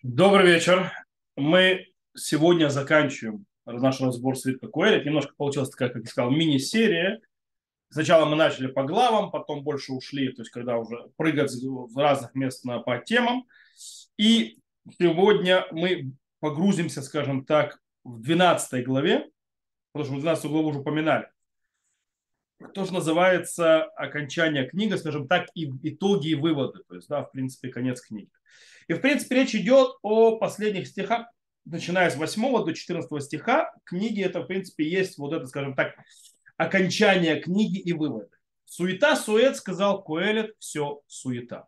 Добрый вечер. Мы сегодня заканчиваем наш разбор свитка Коэлет. Немножко получилась такая, как я сказал, мини-серия. Сначала мы начали по главам, потом больше ушли, то есть когда уже прыгать в разных мест по темам. И сегодня мы погрузимся, скажем так, в 12 главе, потому что мы 12 главу уже упоминали. То, что называется окончание книги, скажем так, и итоги и выводы. То есть, да, в принципе, конец книги. И, в принципе, речь идет о последних стихах, начиная с 8 до 14 стиха. Книги это, в принципе, есть вот это, скажем так, окончание книги и выводы. Суета, сует, сказал Коэлет, все суета.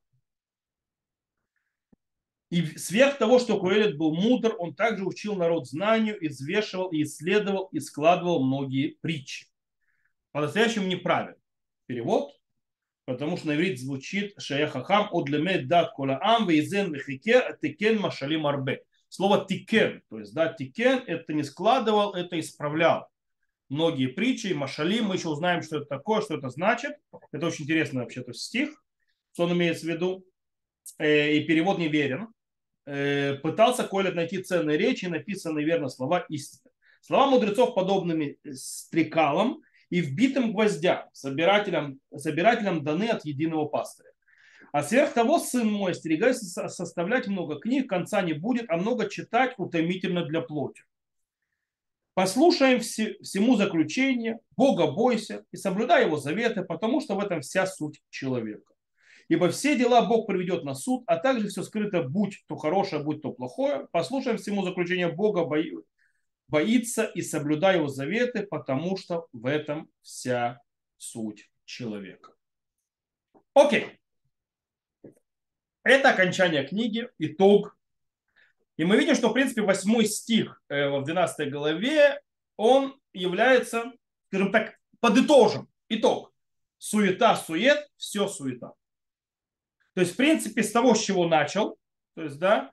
И сверх того, что Коэлет был мудр, он также учил народ знанию, извешивал, и исследовал, и складывал многие притчи. По-настоящему неправильно. Перевод, потому что на иврит звучит шеяхахам одлемет дат кола ам вейзен вехикер тикен машалим арбе. Слово тикен, то есть да, тикен это не складывал, это исправлял. Многие притчи, машалим, мы еще узнаем, что это такое, что это значит. Это очень интересный вообще-то стих, что он имеет в виду. И перевод неверен. Пытался Колет найти ценные речи, написанные верно слова истины. Слова мудрецов подобными стрекалам и вбитым гвоздям, собирателям даны от единого пастыря. А сверх того, сын мой, остерегайся составлять много книг, конца не будет, а много читать утомительно для плоти. Послушаем всему заключение, Бога бойся и соблюдай его заветы, потому что в этом вся суть человека. Ибо все дела Бог приведет на суд, а также все скрыто, будь то хорошее, будь то плохое. Послушаем всему заключение Бога боится и соблюдай его заветы, потому что в этом вся суть человека. Окей. Это окончание книги, итог. И мы видим, что, в принципе, 8 стих в 12 главе, он является, скажем так, подытожен. Итог. Суета, сует, все суета. То есть, в принципе, с того, с чего начал, то есть, да,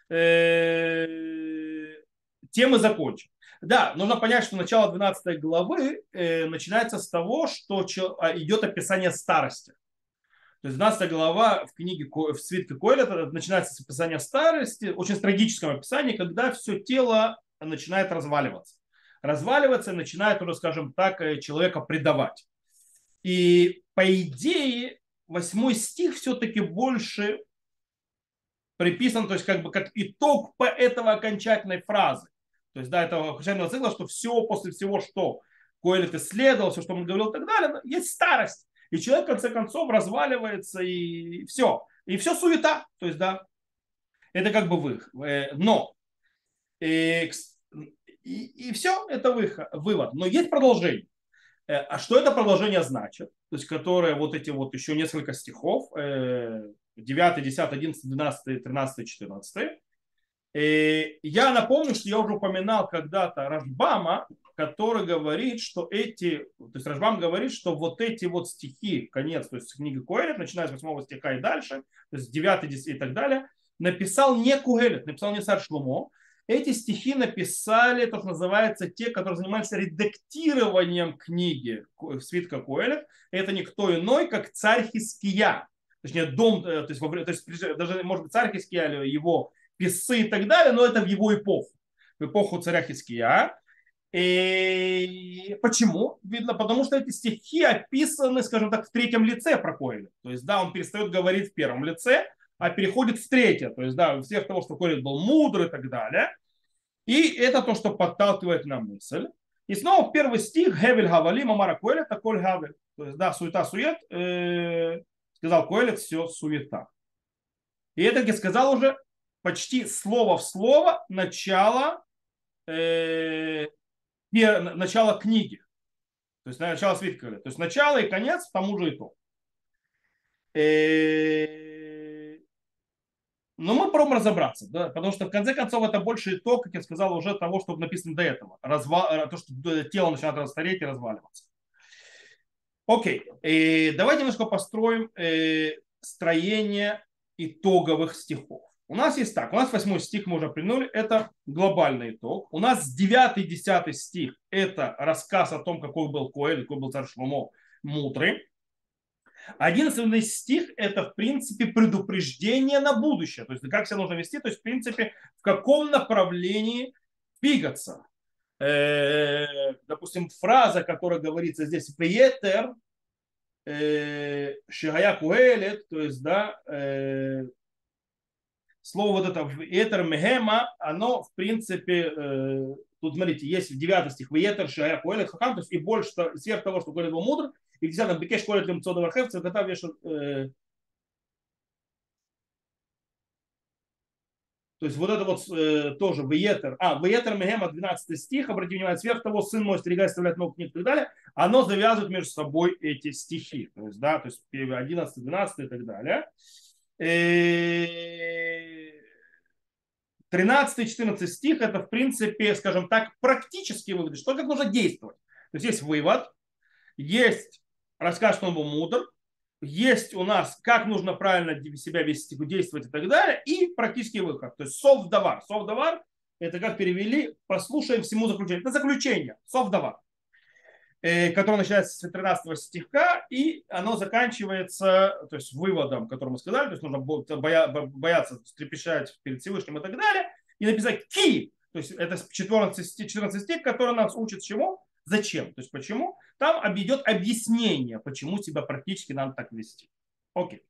тем и закончим. Да, нужно понять, что начало 12 главы начинается с того, что идет описание старости. То есть 12 глава в книге, в свитке Коэлета начинается с описания старости, очень трагическом описании, когда все тело начинает разваливаться. Разваливаться и начинает уже, скажем так, человека предавать. И по идее 8 стих все-таки больше приписан, то есть как бы как итог по этого окончательной фразы. То есть, да, этого окончательного цикла, что все после всего, что Коэлет исследовал, все, что он говорил и так далее, есть старость. И человек, в конце концов, разваливается, и все. И все суета. То есть, да, это как бы выход. Но, и, и все, это выход, вывод. Но есть продолжение. А что это продолжение значит? То есть, которое вот эти вот еще несколько стихов, 9, 10, 11, 12, 13, 14. И я напомню, что я уже упоминал когда-то Рашбама, который говорит, что то есть Рашбам говорит, что вот эти вот стихи, конец, то есть книги Коэлет, начиная с 8 стиха и дальше, то есть 9, 10 и так далее, написал не Коэлет, написал не царь Шломо. Эти стихи написали, то, что называется, те, которые занимаются редактированием книги свитка Коэлет. Это никто иной, как царь Хиския. Точнее, то есть даже, может быть, царь Хиския или его писцы и так далее, но это в его эпоху, в эпоху царя Хиския. И почему? Видно, потому что эти стихи описаны, скажем так, в третьем лице про Коэля. То есть, да, он перестает говорить в первом лице, а переходит в третье. То есть, да, всех того, что Коэль был мудр и так далее. И это то, что подталкивает на мысль. И снова первый стих Хевель Гавали Мамара Коэля такой Гавель. То есть, да, суета, сует, сказал Коэль, все суета. И это, как я сказал уже, почти слово в слово начало книги. То есть начало свитка. То есть начало и конец тому же итог. Но мы пробуем разобраться, да, потому что в конце концов это больше итог, как я сказал, уже того, что написано до этого. То, что тело начинает расстареть и разваливаться. Окей, давайте немножко построим строение итоговых стихов. У нас есть так, у нас 8 стих мы уже приняли, это глобальный итог. У нас 9-10 стих, это рассказ о том, какой был Коэль, какой был царь Шломо мудрый. 11 стих – это, в принципе, предупреждение на будущее. То есть, как себя нужно вести, то есть, в принципе, в каком направлении двигаться. Допустим, фраза, которая говорится здесь «Веетер», «Шигая куэлет», то есть, да, слово вот это «Веетер мегема», оно, в принципе, тут, смотрите, есть в 9 стих «Веетер шигая куэлет хахам», то есть, и больше сверх того, что Куэлет был мудр, и в 10 «Бекеш куэлет лем цода вархев», цветота вешают. То есть вот это вот тоже Веетер. Веетер Мегема, 12 стих, обратите внимание, сверх того, сын мой стерегай, оставлять много книг и так далее, оно завязывает между собой эти стихи. То есть, да, то есть 11, 12 и так далее. 13, 14 стих, это, в принципе, скажем так, практические выводы, что как нужно действовать. То есть есть вывод, есть рассказ, что он был мудр, есть у нас, как нужно правильно себя вести, действовать и так далее, и практический выход. То есть совдавар. Совдавар – это как перевели, послушаем всему заключение. Это заключение, совдавар, которое начинается с 13 стиха, и оно заканчивается, то есть выводом, который мы сказали, то есть нужно бояться, трепещать перед Всевышним и так далее, и написать ки, то есть это 14 стих, который нас учит чему? Зачем? То есть почему? Там идет объяснение, почему себя практически надо так вести. Окей.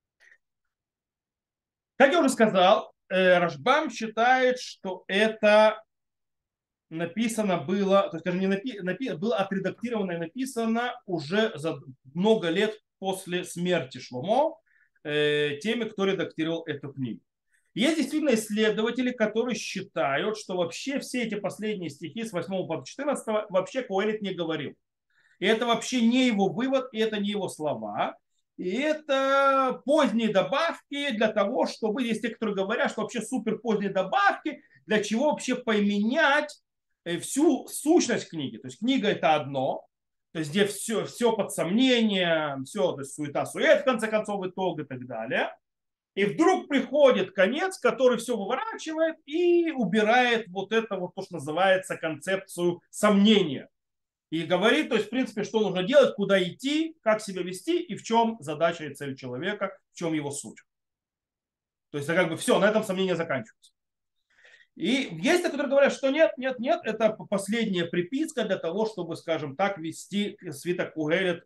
Как я уже сказал, Рашбам считает, что это написано было, то есть даже было отредактировано и написано уже за много лет после смерти Шломо теми, кто редактировал эту книгу. Есть действительно исследователи, которые считают, что вообще все эти последние стихи с 8 по 14 вообще Коэлит не говорил. И это вообще не его вывод, и это не его слова. И это поздние добавки для того, чтобы, есть те, которые говорят, что вообще супер поздние добавки, для чего вообще поменять всю сущность книги. То есть книга это одно, то есть где все под сомнением, все, то есть суета-сует, в конце концов, итог и так далее. И вдруг приходит конец, который все выворачивает и убирает вот это вот то, что называется концепцию сомнения. И говорит, то есть, в принципе, что нужно делать, куда идти, как себя вести и в чем задача и цель человека, в чем его суть. То есть, как бы все, на этом сомнения заканчиваются. И есть те, которые говорят, что нет, нет, нет, это последняя приписка для того, чтобы, скажем так, вести свиток Кугелет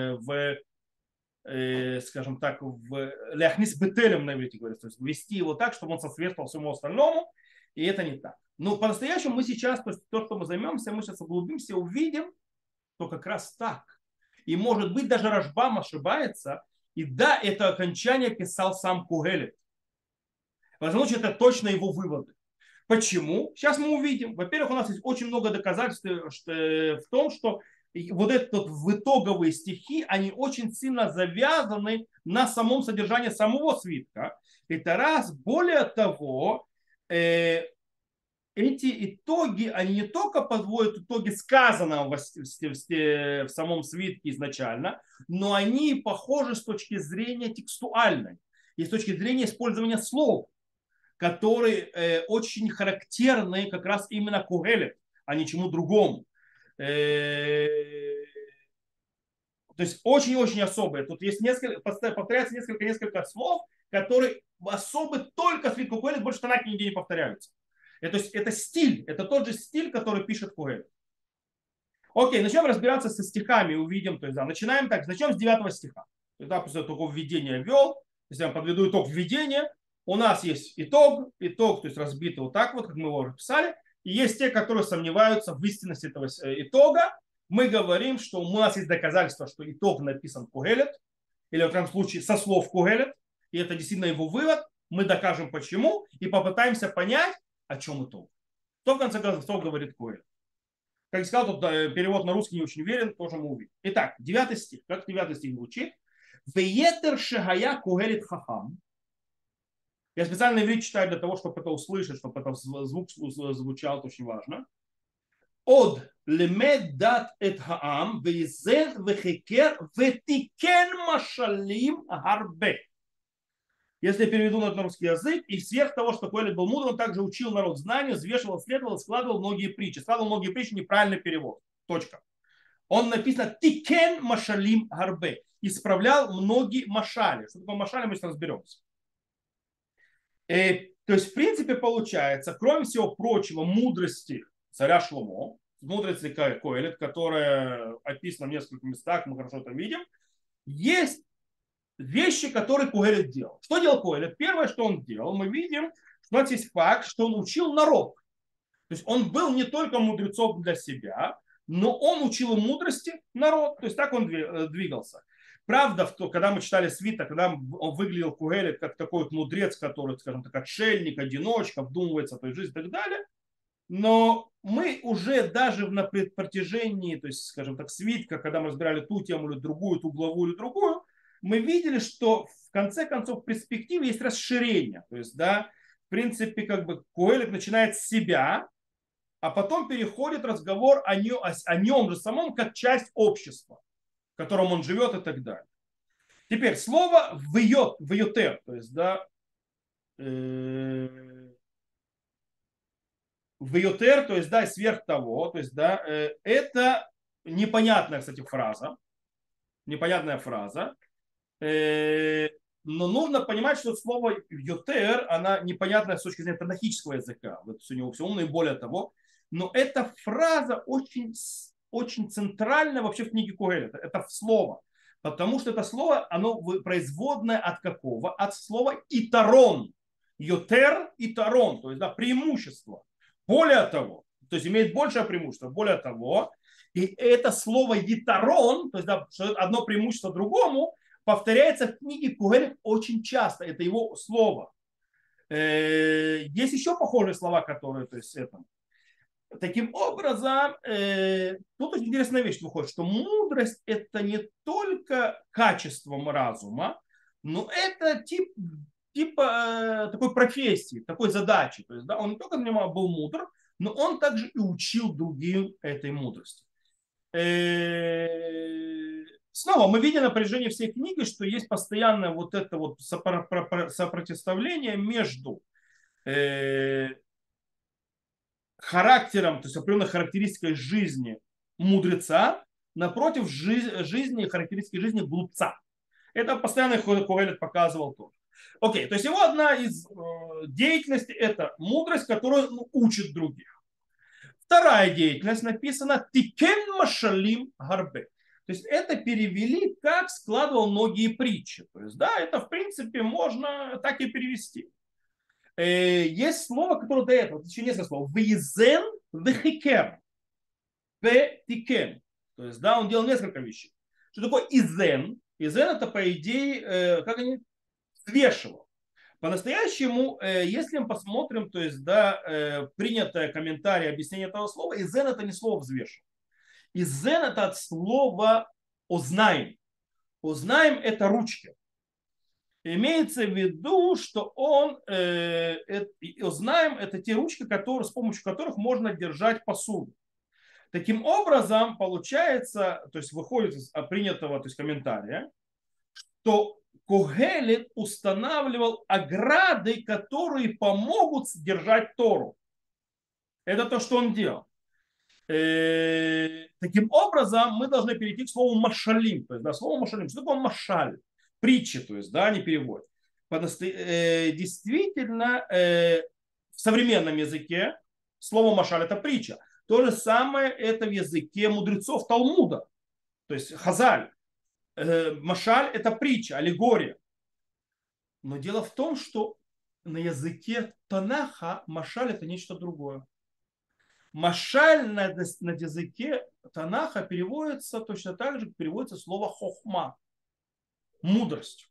скажем так, в ляхнис бетелем на иврите говорится, то есть вести его так, чтобы он соответствовал всему остальному, и это не так. Но по-настоящему мы сейчас, то, есть то, что мы займемся, мы сейчас углубимся, увидим, то как раз так. И может быть даже Рашбам ошибается, и да, это окончание писал сам Кугелет. Возможно, это точно его выводы. Почему? Сейчас мы увидим. Во-первых, у нас есть очень много доказательств в том, что вот этот в итоговые стихи, они очень сильно завязаны на самом содержании самого свитка. Это раз. Более того, эти итоги, они не только подводят итоги сказанного в самом свитке изначально, но они похожи с точки зрения текстуальной и с точки зрения использования слов, которые очень характерны как раз именно Кугелет, а ничему другому. То есть очень-очень особые. Тут есть повторяется несколько слов, которые особы только в свитке Кугелет, больше Танахе нигде не повторяются. То есть это стиль, это тот же стиль, который пишет Кугелет. Окей, начнем разбираться со стихами, увидим. То есть, да, начинаем так, начнем с 9 стиха. Да, после того, как введение ввел, если я вам подведу итог введения, у нас есть итог, то есть разбитый вот так вот, как мы его уже писали, и есть те, которые сомневаются в истинности этого итога. Мы говорим, что у нас есть доказательства, что итог написан Кугелет, или в этом случае со слов Кугелет, и это действительно его вывод. Мы докажем почему и попытаемся понять, о чем итог. Что в конце концов говорит Кугелет. Как я сказал, тут перевод на русский не очень верен, тоже мы увидим. Итак, 9 стих. Как 9 стих звучит? Веетер шагая Кугелет хахам. Я специально иврит читаю для того, чтобы это услышать, чтобы это звук звучал, это очень важно. Од лемед дат эт хаам вейзен вехекер ветикен машалим гарбе. Если я переведу на русский язык, и сверх того, что Коэлет был мудр, он также учил народ знанию, взвешивал, исследовал, складывал многие притчи. Складывал многие притчи, неправильный перевод. Точка. Он написано «Тикен машалим гарбе». исправлял многие машали. Что такое машали, мы сейчас разберемся. То есть, в принципе, получается, кроме всего прочего, мудрости царя Шломо, мудрости Коэлет, которая описана в нескольких местах, мы хорошо это видим, есть вещи, которые Коэлет делал. Что делал Коэлет? Первое, что он делал, мы видим, что у нас есть факт, что он учил народ. То есть он был не только мудрецом для себя, но он учил мудрости народ. То есть так он двигался. Правда, когда мы читали свиток, когда он выглядел Куэлет как такой вот мудрец, который, скажем так, отшельник, одиночка, вдумывается в той жизни и так далее. Но мы уже даже на протяжении, то есть, скажем так, свитка, когда мы разбирали ту тему или другую, ту главу или другую, мы видели, что в конце концов в перспективе есть расширение. То есть, да, в принципе, как бы Коэлет начинает с себя, а потом переходит разговор о нем же самом как часть общества, в котором он живет и так далее. Теперь слово вьотер, то есть, да, вьотер, то есть, да, сверх того, то есть, да, это непонятная, кстати, фраза, непонятная фраза, но нужно понимать, что слово вьотер, она непонятная с точки зрения танахического языка, вот у него все умно и более того, но эта фраза очень, очень центральная вообще в книге Коэлета. Это слово. Потому что это слово, оно производное от какого? От слова итарон. Йотер итарон. То есть, да, преимущество. Более того, то есть имеет большее преимущество. Более того, и это слово итарон, то есть, да, одно преимущество другому, повторяется в книге Коэлет очень часто. Это его слово. Есть еще похожие слова, которые, то есть, это. Таким образом, тут очень интересная вещь выходит, что мудрость это не только качеством разума, но это типа такой профессии, такой задачи. То есть, да, он не только был мудр, но он также и учил другим этой мудрости. Снова мы видим напряжение всей книги, что есть постоянное вот это вот сопротивление между характером, то есть определенной характеристикой жизни мудреца напротив жизни, характеристики жизни глупца. Это постоянно Коэлет показывал тоже. Окей, то есть его одна из деятельностей это мудрость, которую учит других. Вторая деятельность написана «Тикен машалим гарбе». То есть это перевели, как складывал многие притчи. То есть, да, это в принципе можно так и перевести. Есть слово, которое до этого, еще несколько слов. Визен вехикер. Петикен. То есть, да, он делал несколько вещей. Что такое изен? Изен это, по идее, как они взвешивал. По-настоящему, если мы посмотрим, то есть, да, принятое комментарий, объяснение этого слова, изен это не слово взвешивал. Изен это от слова ознаем. Ознаем это ручки. Имеется в виду, что знаем, это те ручки, с помощью которых можно держать посуду. Таким образом, получается, то есть выходит из принятого, то есть комментария, что Когелет устанавливал ограды, которые помогут держать Тору. Это то, что он делал. Таким образом, мы должны перейти к слову машалим. То есть, да, слово машалим. Что такое машаль? Притчи, то есть, да, не перевод. Действительно, в современном языке слово машаль это притча. То же самое это в языке мудрецов Талмуда. То есть хазаль. Машаль это притча, аллегория. Но дело в том, что на языке Танаха машаль это нечто другое. Машаль на языке Танаха переводится точно так же, как переводится слово хохма. Мудрость.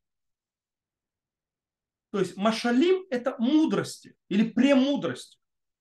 То есть машалим это мудрости или премудрости.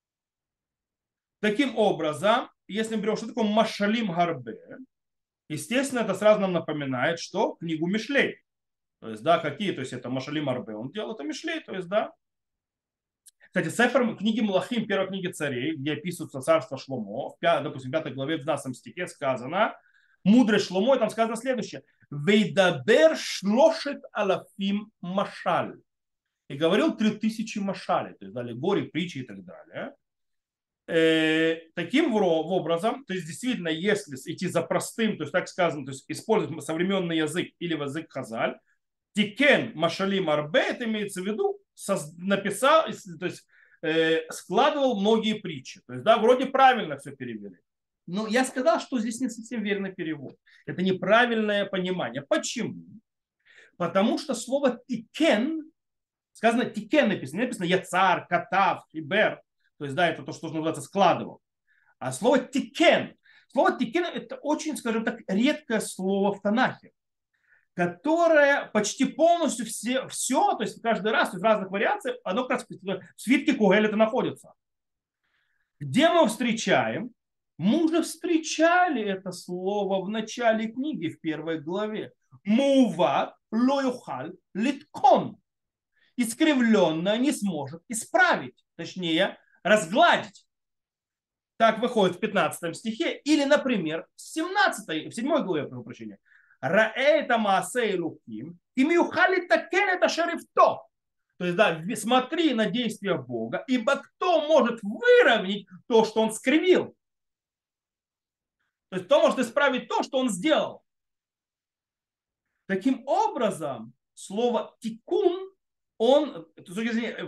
Таким образом, если мы берем, что такое машалим гарбе, естественно, это сразу нам напоминает, что книгу Мишлей. То есть, да, какие, то есть это машалим гарбе, он делал это Мишлей, то есть, да. Кстати, Сефер книги Млахим, первой книги царей, где описывается царство Шломо, допустим, в 5 главе, в 12 стихе сказано, мудрость Шломо, и там сказано следующее. Вейдабер шлошет алафим машаль. И говорил 3000 машалей, то есть аллегории, притчи и так далее. Таким образом, то есть действительно, если идти за простым, то есть так сказано, то есть использовать современный язык или язык Хазаль, Тикен Машалим Арбе, это имеется в виду, написал, то есть складывал многие притчи. То есть, да, вроде правильно все перевели. Но я сказал, что здесь не совсем верный перевод. Это неправильное понимание. Почему? Потому что слово тикен, сказано тикен написано, не написано яцар, катав, хибер. То есть, да, это то, что называется складывал. А слово тикен это очень, скажем так, редкое слово в Танахе, которое почти полностью все, то есть каждый раз, то есть в разных вариациях, оно как раз в свитке Кугелета находится. Где мы его встречаем? Мы уже встречали это слово в начале книги, в первой главе. Мува лоюхаль литкон. Искривленное не сможет исправить, точнее, разгладить. Так выходит в 15 стихе. Или, например, в 7 главе, прошу прощения. Раэйта маасей луким, имиухали такен это шерифто. То есть, да, смотри на действия Бога, ибо кто может выровнять то, что он скривил? То есть, кто может исправить то, что он сделал? Таким образом, слово тикун, он, с точки зрения,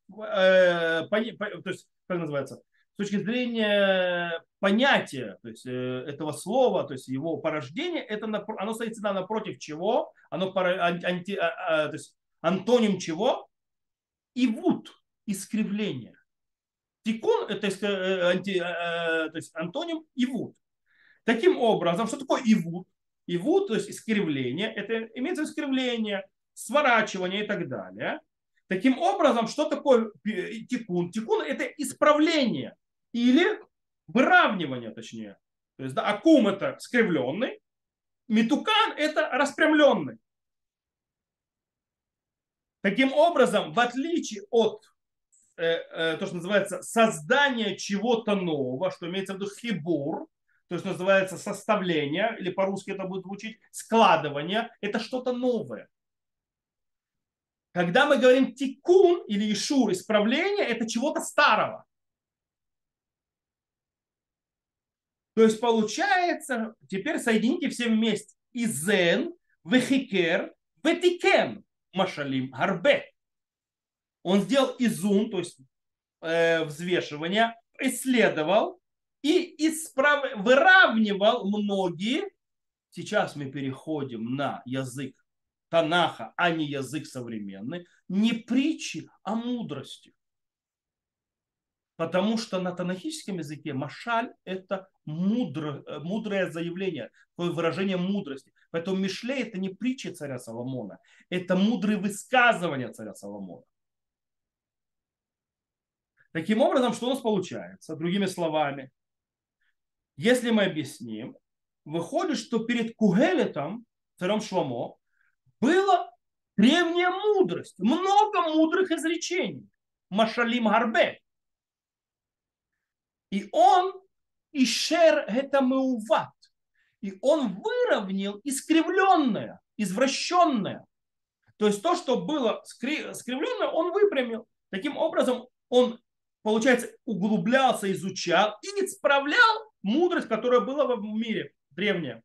то есть, как называется, с точки зрения понятия, то есть, этого слова, то есть его порождение, это, оно стоит всегда напротив чего? Оно то есть, антоним чего? Ивут, искривление. Тикун это то есть антоним ивут. Таким образом, что такое ивут? Ивут, то есть искривление, это имеется искривление, сворачивание и так далее. Таким образом, что такое тикун? Тикун это исправление или выравнивание, точнее. То есть, да, акум это скривленный, митукан это распрямленный. Таким образом, в отличие от то, что называется создание чего-то нового, что имеется в виду хибур, то есть называется составление, или по-русски это будет звучить складывание, это что-то новое. Когда мы говорим тикун или ишур, исправление, это чего-то старого. То есть получается, теперь соедините все вместе. Изен, вехикер, ветикен, машалим, гарбе. Он сделал изум, то есть взвешивания, исследовал и выравнивал многие. Сейчас мы переходим на язык Танаха, а не язык современный. Не притчи, а мудрости. Потому что на танахическом языке машаль это мудрое заявление, такое выражение мудрости. Поэтому Мишлей это не притчи царя Соломона, это мудрые высказывания царя Соломона. Таким образом, что у нас получается? Другими словами, если мы объясним, выходит, что перед Кугелетом, царем Шломо, была древняя мудрость, много мудрых изречений. Машалим Гарбе. И он ишер это меуват. И он выровнял искривленное, извращенное. То есть то, что было скривленное, он выпрямил. Таким образом, он, получается, углублялся, изучал и исправлял мудрость, которая была в мире древняя.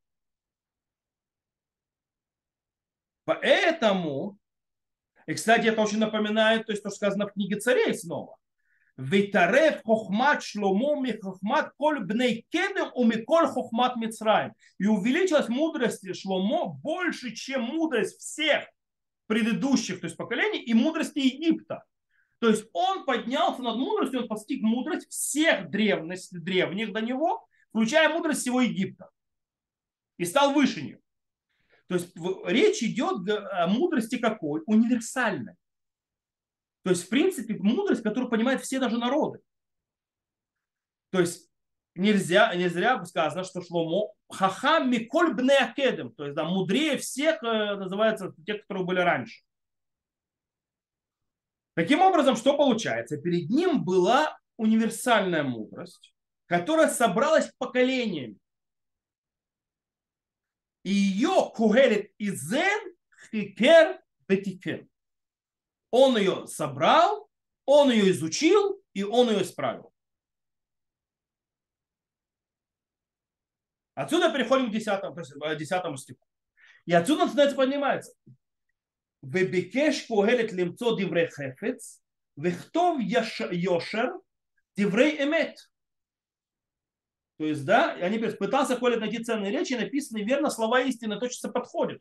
Поэтому, и, кстати, это очень напоминает то, есть, то, что сказано в книге царей снова. Вейтарев хохмат шломо ми хохмат коль бней кедем умиколь хохмат мицраим. И увеличилась мудрость Шломо больше, чем мудрость всех предыдущих, то есть поколений, и мудрости Египта. То есть он поднялся над мудростью, он постиг мудрость всех древних до него, включая мудрость всего Египта. И стал выше них. То есть речь идет о мудрости какой? Универсальной. То есть, в принципе, мудрость, которую понимают все даже народы. То есть не зря сказано, что Шломо хахам миколь бне акедем, то есть да, мудрее всех, называется, тех, которые были раньше. Таким образом, что получается? Перед ним была универсальная мудрость, которая собралась поколениями. И ее кугелит изен хикер бетикер. Он ее собрал, он ее изучил, и он ее исправил. Отсюда переходим к 10, то есть, 10 стиху. И отсюда начинается поднимается. Вебекеш когелет лимцо диврей хефец, вехтов йошер диврей эмет. То есть, да, они пытался Колет найти ценные речи, написанные верно, слова истины точно подходят.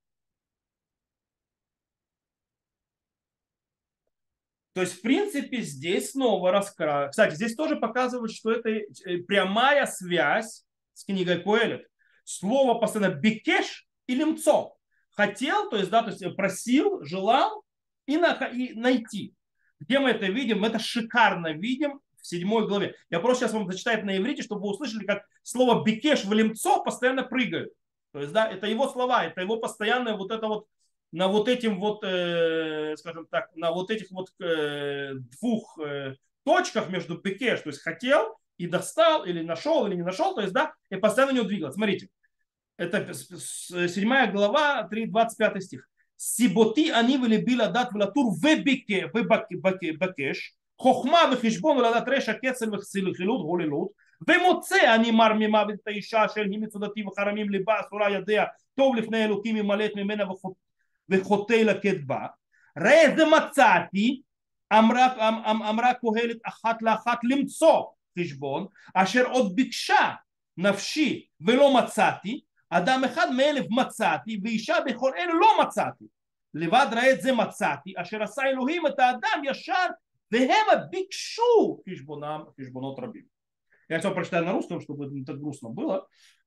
То есть, в принципе, здесь снова раскрас. Кстати, здесь тоже показывают, что это прямая связь с книгой Коэлет. Слово постоянно бекеш и лимцо. Хотел, то есть, да, то есть просил, желал и найти. Где мы это видим? Мы это шикарно видим в 7 главе. Я просто сейчас вам зачитаю на иврите, чтобы вы услышали, как слово бекеш в лимцо постоянно прыгает. То есть, да, это его слова, это его постоянное вот это вот на вот этим вот, скажем так, на вот этих вот двух точках между бекеш, то есть хотел и достал, или нашел, или не нашел, то есть, да, и постоянно не двигался. Смотрите, это 7 глава, 25 стих. Сиботи они влюбила дат влатур вебекеш, хохма וחשבון ולדעת רשע קצל וחילוט הוללות ומוצא אני מר ממוות את האישה אשר היא מצודתי וחרמים ליבה אסורה ידיה טוב לפני אלוקים ממלאת ממנה וחוטא לקדבה. ראה זה מצאתי, אמרה קהלת אחת לאחת למצוא חשבון, אשר עוד ביקשה נפשי ולא מצאתי, אדם אחד מאלף מצאתי, ואישה בכל אלה לא מצאתי. לבד ראה את זה מצאתי, אשר עשה אלוהים את האדם ישר, והם ביקשו חשבונות רבים. Я хотел прочитать на русском, чтобы не так грустно было,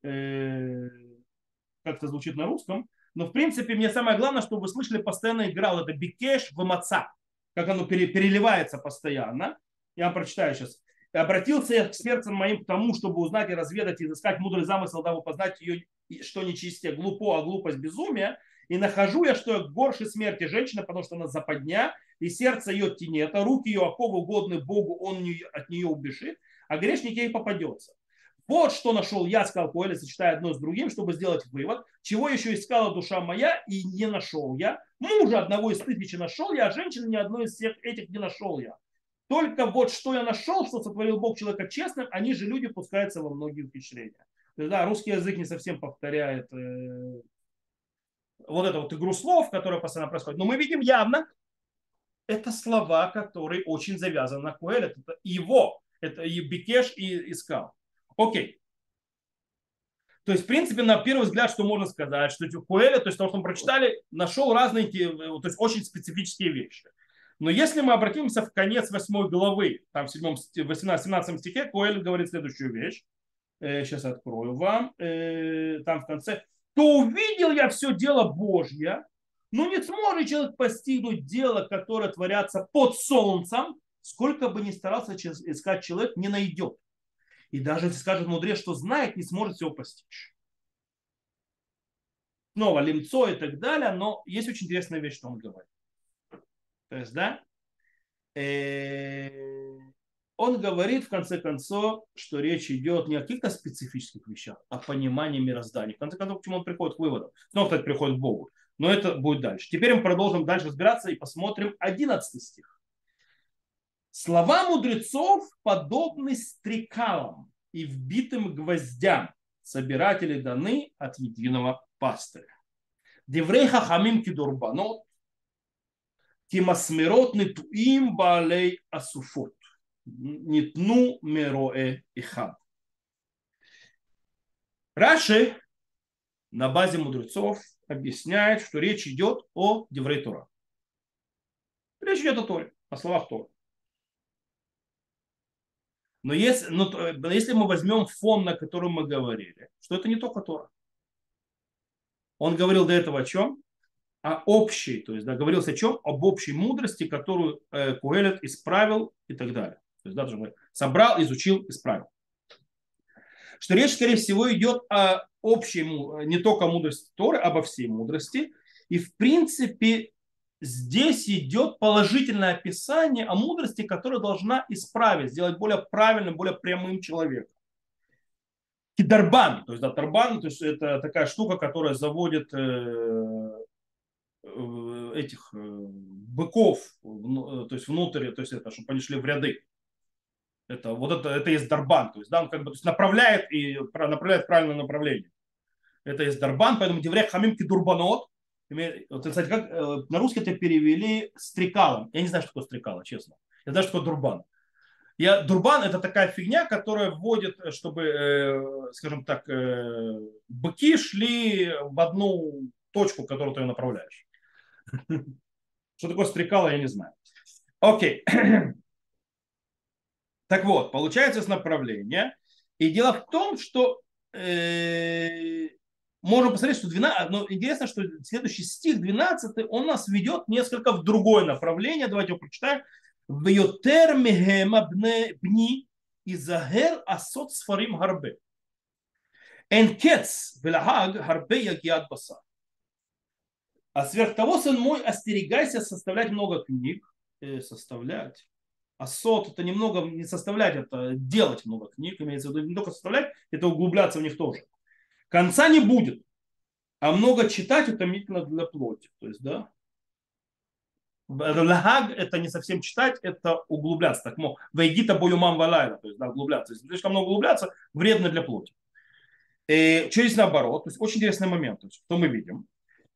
как это звучит на русском. Но в принципе мне самое главное, чтобы вы слышали, постоянно играл это бикеш в маца, как оно переливается постоянно. Я вам прочитаю сейчас. Обратился я к сердцем моим к тому, чтобы узнать и разведать, и изыскать мудрый замысел, дабы познать ее, что нечистие глупо, а глупость безумие. И нахожу я, что я горше смерти женщина, потому что она западня, и сердце ее тенета, руки ее оковы угодны Богу, он от нее убежит, а грешник ей попадется. Вот что нашел я, сказал Коэлет, сочетая одно с другим, чтобы сделать вывод, чего еще искала душа моя, и не нашел я. Мужа одного из тысячи нашел я, а женщины ни одной из всех этих не нашел я. Только вот что я нашел, что сотворил Бог человека честным, они же люди пускаются во многие ухищрения. То есть, да, русский язык не совсем повторяет вот эту вот игру слов, которая постоянно происходит. Но мы видим явно, это слова, которые очень завязаны на Коэлет. Это его, это и Бикеш и искал. Окей. То есть, в принципе, на первый взгляд, что можно сказать, что Коэлет, то есть то, что мы прочитали, нашел разные, то есть очень специфические вещи. Но если мы обратимся в конец 8 главы, там в 17 стихе, Коэлет говорит следующую вещь. Сейчас открою вам. Там в конце. То увидел я все дело Божье, но не сможет человек постигнуть дело, которое творятся под солнцем, сколько бы ни старался искать человек, не найдет. И даже если скажет мудрец, что знает, не сможет всего постичь. Снова лимцо и так далее, но есть очень интересная вещь, что он говорит. То есть, да, он говорит, в конце концов, что речь идет не о каких-то специфических вещах, а о понимании мироздания. В конце концов, к чему он приходит к выводу. Снова, кстати, приходит к Богу. Но это будет дальше. Теперь мы продолжим дальше разбираться и посмотрим 11 стих. Слова мудрецов подобны стрекалам и вбитым гвоздям. Собиратели даны от единого пастыря. Деврей хахамим кидурбанот, кимасмирот нитуим балей асуфот. Нитну мероэ ихаб. Раши на базе мудрецов объясняет, что речь идет о Деврей Тора. Речь идет о Торе, о словах Торы. Но если мы возьмем фон, на котором мы говорили, что это не только Тора. Он говорил до этого о чем? О общей, то есть да, говорился о чем? Об общей мудрости, которую Коэлет исправил и так далее. То есть даже собрал, изучил, исправил. Что речь, скорее всего, идет о общей, не только мудрости Торы, а обо всей мудрости. И в принципе здесь идет положительное описание о мудрости, которая должна исправить, сделать более правильным, более прямым человеком. Кидарбан, то есть да, тарбан, то есть это такая штука, которая заводит этих быков, то есть внутрь, то есть это, чтобы они шли в ряды. Это есть дарбан, то есть, да, он как бы то есть направляет и направляет в правильное направление. Это есть дарбан, поэтому деврех хамим кидурбанот. Вот, кстати, как на русский это перевели стрекалом. Я не знаю, что такое стрекало, честно. Я знаю, что такое дурбан. Дурбан это такая фигня, которая вводит, чтобы, скажем так, быки шли в одну точку, в которую ты ее направляешь. Что такое стрекало, я не знаю. Окей. Так вот, получается с направления. И дело в том, что можем посмотреть, что 12, но интересно, что следующий стих 12, он нас ведет несколько в другое направление. Давайте его прочитаем. Вьотер мегема бни изагер асот сфарим гарбе. Энкец велахаг гарбе ягиат баса. А сверх того, сын мой, остерегайся составлять много книг. Составлять. А сот это немного не составлять, это делать много книг, имеется в виду не только составлять, это углубляться в них тоже. Конца не будет, а много читать утомительно для плоти. То есть, да, лагаг это не совсем читать, это углубляться. Так, мол, вейгита боюмам валайла, то есть, да, углубляться. Если слишком много углубляться, вредно для плоти. И через наоборот, то есть очень интересный момент, то есть, что мы видим.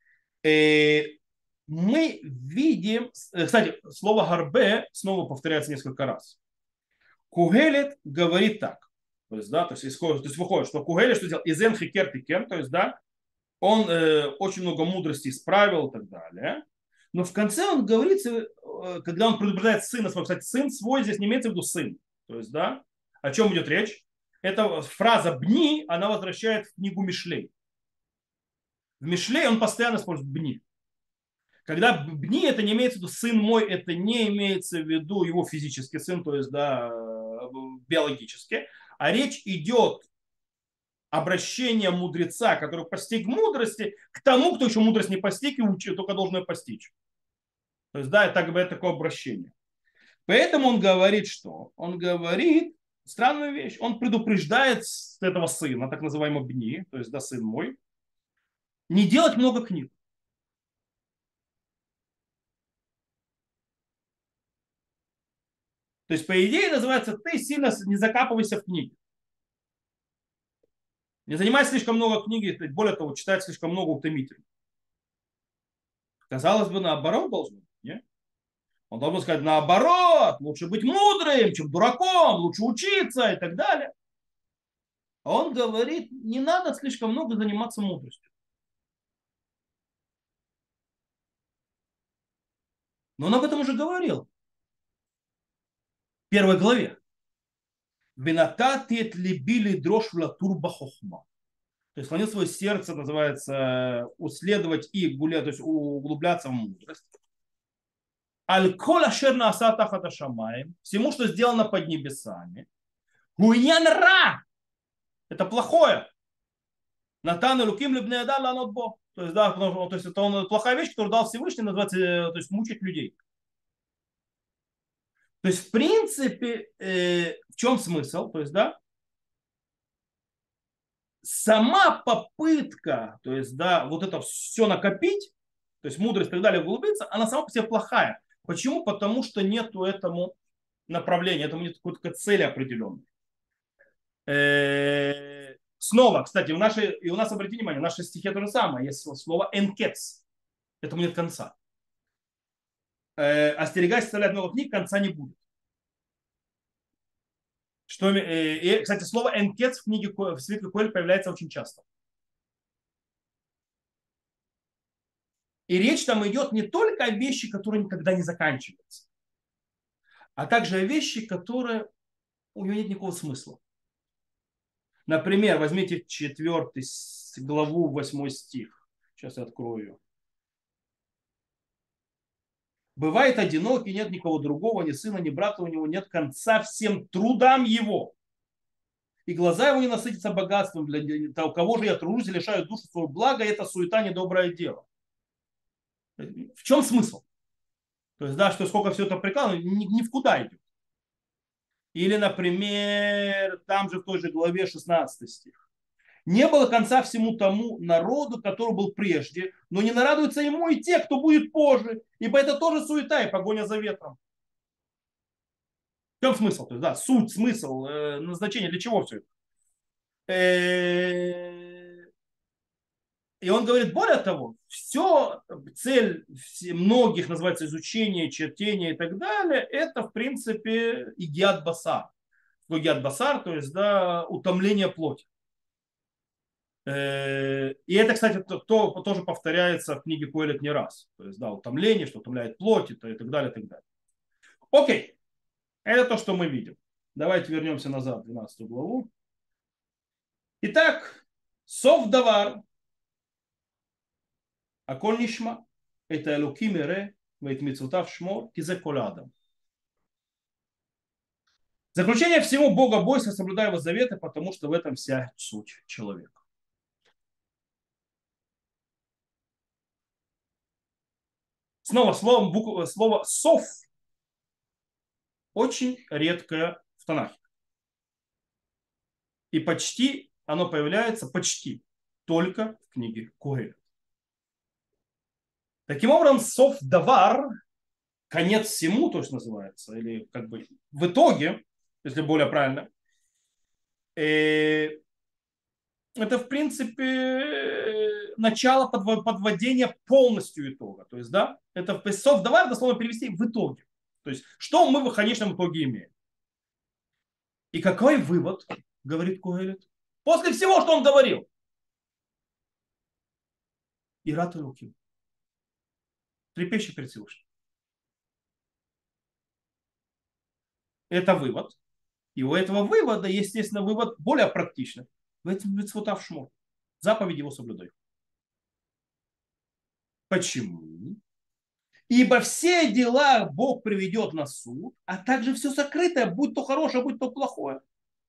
Мы видим, кстати, слово гарбе снова повторяется несколько раз. Кугелет говорит так. То есть, да, то есть выходит, что Кугелет что сделал? Изен хикер тикер, то есть, да, он очень много мудрости исправил и так далее. Но в конце он говорит, когда он предупреждает сына своего, кстати, сын свой здесь не имеется в виду сын. То есть, да, о чем идет речь? Эта фраза «бни», она возвращает в книгу Мишлей. В Мишлей он постоянно использует «бни». Когда бни, это не имеется в виду сын мой, это не имеется в виду его физический сын, то есть, да, биологически, а речь идет обращение мудреца, который постиг мудрости, к тому, кто еще мудрость не постиг и учит, только должен ее постичь. То есть, да, это как бы такое обращение. Поэтому он говорит, что? Он говорит странную вещь. Он предупреждает этого сына, так называемого бни, то есть, да, сын мой, не делать много книг. То есть, по идее, называется, ты сильно не закапывайся в книги. Не занимай слишком много книги, более того, читать слишком много утомительно. Казалось бы, наоборот должно быть. Не? Он должен сказать, наоборот, лучше быть мудрым, чем дураком, лучше учиться и так далее. А он говорит, не надо слишком много заниматься мудростью. Но он об этом уже говорил в первой главе. Бенататет либили дрожь в латурба хохма. То есть склонил свое сердце, называется, исследовать и гулять, то есть углубляться в мудрость. Аль-коль ашер нааса тахата шамаем, всему, что сделано под небесами. Гуйнян ра, это плохое. Натан и луким любне да ланот бо. То есть, да, то есть это плохая вещь, которую дал Всевышний, называется, то есть мучить людей. То есть, в принципе, в чем смысл? То есть, да, сама попытка, то есть, да, вот это все накопить, то есть мудрость и так далее, углубиться, она сама по себе плохая. Почему? Потому что нету этому направления, этому нет какой-то цели определенной. Снова, кстати, и у нас, обратите внимание, в нашей стихе то же самое. Есть слово «энкец». Этому нет конца. Остерегайся составлять много книг, конца не будет. Кстати, слово «энкец» в книге в Свитках Коэль появляется очень часто. И речь там идет не только о вещи, которые никогда не заканчиваются, а также о вещи, которые у нее нет никакого смысла. Например, возьмите 4 главу 8 стих. Сейчас я открою ее. Бывает одинокий, нет никого другого, ни сына, ни брата, у него нет конца всем трудам его. И глаза его не насытятся богатством. Для того, кого же я тружусь и лишаю душу свою блага, это суета, недоброе дело. В чем смысл? То есть, да, что сколько все это прикладывано, ни в куда идет. Или, например, там же в той же главе 16 стих. Не было конца всему тому народу, который был прежде, но не нарадуются ему и те, кто будет позже, ибо это тоже суета и погоня за ветром. В чем смысл? То есть, да, суть, смысл, назначение, для чего все это? И он говорит, более того, все, цель многих называется изучение, чтение и так далее, это в принципе игиат басар. Игиат басар, то есть да, утомление плоти. И это, кстати, тоже повторяется в книге Коэлет не раз. То есть, да, утомление, что утомляет плоть и так далее, и так далее. Окей, это то, что мы видим. Давайте вернемся назад в 12 главу. Итак, сов давар, аколь нишма, это элуким ире, вейт митцвотав шмор, кизе колядам. Заключение всему Бога бойся, соблюдай его заветы, потому что в этом вся суть человека. Снова слово сов очень редкое в Танахе. И почти оно появляется почти только в книге Коэлет. Таким образом, сов давар, конец всему, то есть называется, или как бы в итоге, если более правильно, это в принципе начало подводения полностью итога. То есть, да, это сов давар дословно перевести в итоге. То есть, что мы в конечном итоге имеем. И какой вывод, говорит Коэлет, после всего, что он говорил. Ират и руки. Трепещи перед Всевышним. Это вывод. И у этого вывода, естественно, вывод более практичный. В этом мицвотав шмор. Заповедь его соблюдай. Почему? Ибо все дела Бог приведет на суд, а также все сокрытое, будь то хорошее, будь то плохое.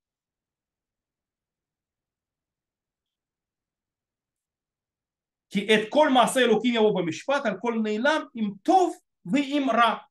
Ки эт коль маасе элоким яво бамишпат, аль коль нейлам им тов вы им ра.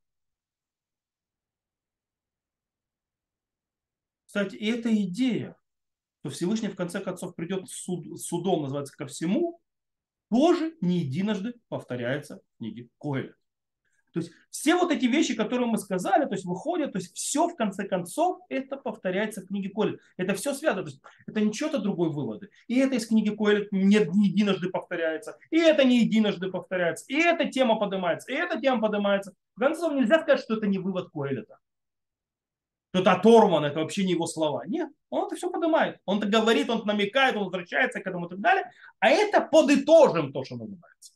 Кстати, и эта идея, что Всевышний в конце концов придет судом, называется, ко всему, тоже не единожды повторяется в книге Коэля. То есть все вот эти вещи, которые мы сказали, то есть выходят, то есть все в конце концов это повторяется в книге Коэлет. Это все связано, то есть это не что-то другое выводы. И это из книги Коэлет не единожды повторяется, и это не единожды повторяется, и эта тема поднимается, и эта тема поднимается. В конце концов нельзя сказать, что это не вывод Коэлета. Что это оторван, это вообще не его слова. Нет, он это все поднимает. Он это говорит, он намекает, он возвращается к этому и так далее. А это подытожим то, что называется.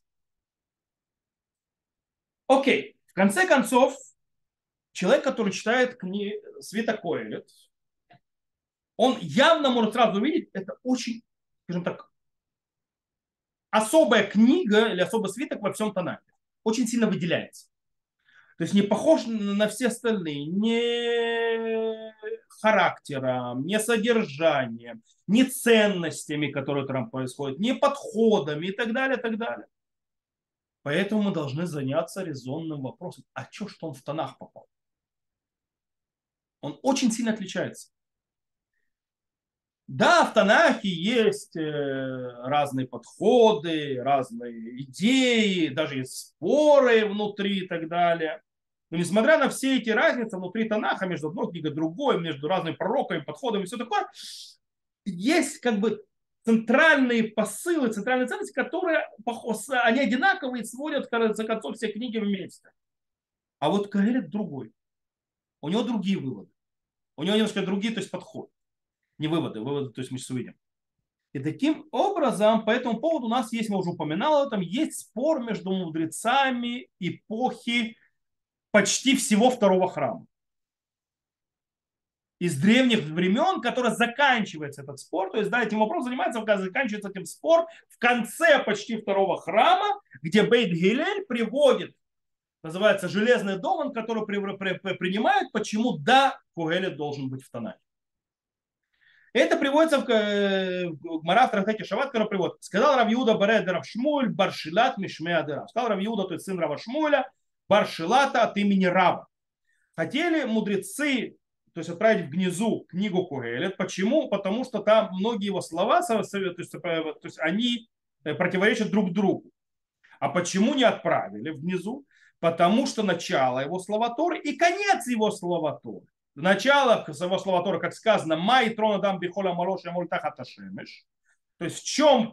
Окей. В конце концов, человек, который читает Света Коэлет, он явно может сразу увидеть, это очень, скажем так, особая книга или особый свиток во всем Танахе. Очень сильно выделяется. То есть не похож на все остальные. Не характером, не содержанием, не ценностями, которые там происходят, не подходами и так далее, и так далее. Поэтому мы должны заняться резонным вопросом. А что он в Танах попал? Он очень сильно отличается. Да, в Танахе есть разные подходы, разные идеи, даже есть споры внутри и так далее. Но несмотря на все эти разницы внутри Танаха, между одной книгой и другой, между разными пророками, подходами и все такое, есть как бы центральные посылы, центральные ценности, которые они одинаковые и сводят, за концов, все книги вместе. А вот Коэлет другой. У него другие выводы. У него немножко другие, то есть подходы. Не выводы, то есть мы сейчас увидим. И таким образом, по этому поводу у нас есть, мы уже упоминал об этом, есть спор между мудрецами эпохи почти всего второго храма. Из древних времен, который заканчивается этот спор. То есть, да, этим вопросом занимается, заканчивается этим спор в конце почти второго храма, где Бейт Гилель приводит, называется, железный доман, который принимает, почему да, Коэлет должен быть в Танахе. Это приводится в Гмара в трактате Шават, который приводит. Сказал Рав Иуда Баред Рав Шмуль Баршилат Мишме Адерав. Сказал Рав Иуда, то есть сын Рава Шмуля, Баршилата от имени Рава. Хотели мудрецы, то есть отправить в Гнезу книгу Коэлет. Почему? Потому что там многие его слова, то есть они противоречат друг другу. А почему не отправили в Гнезу? Потому что начало его слова Торы и конец его слова Торы. начало самого слова Тора, как сказано, «Май трон адам бихола малош ямоль тахат ашемеш». То есть в чем,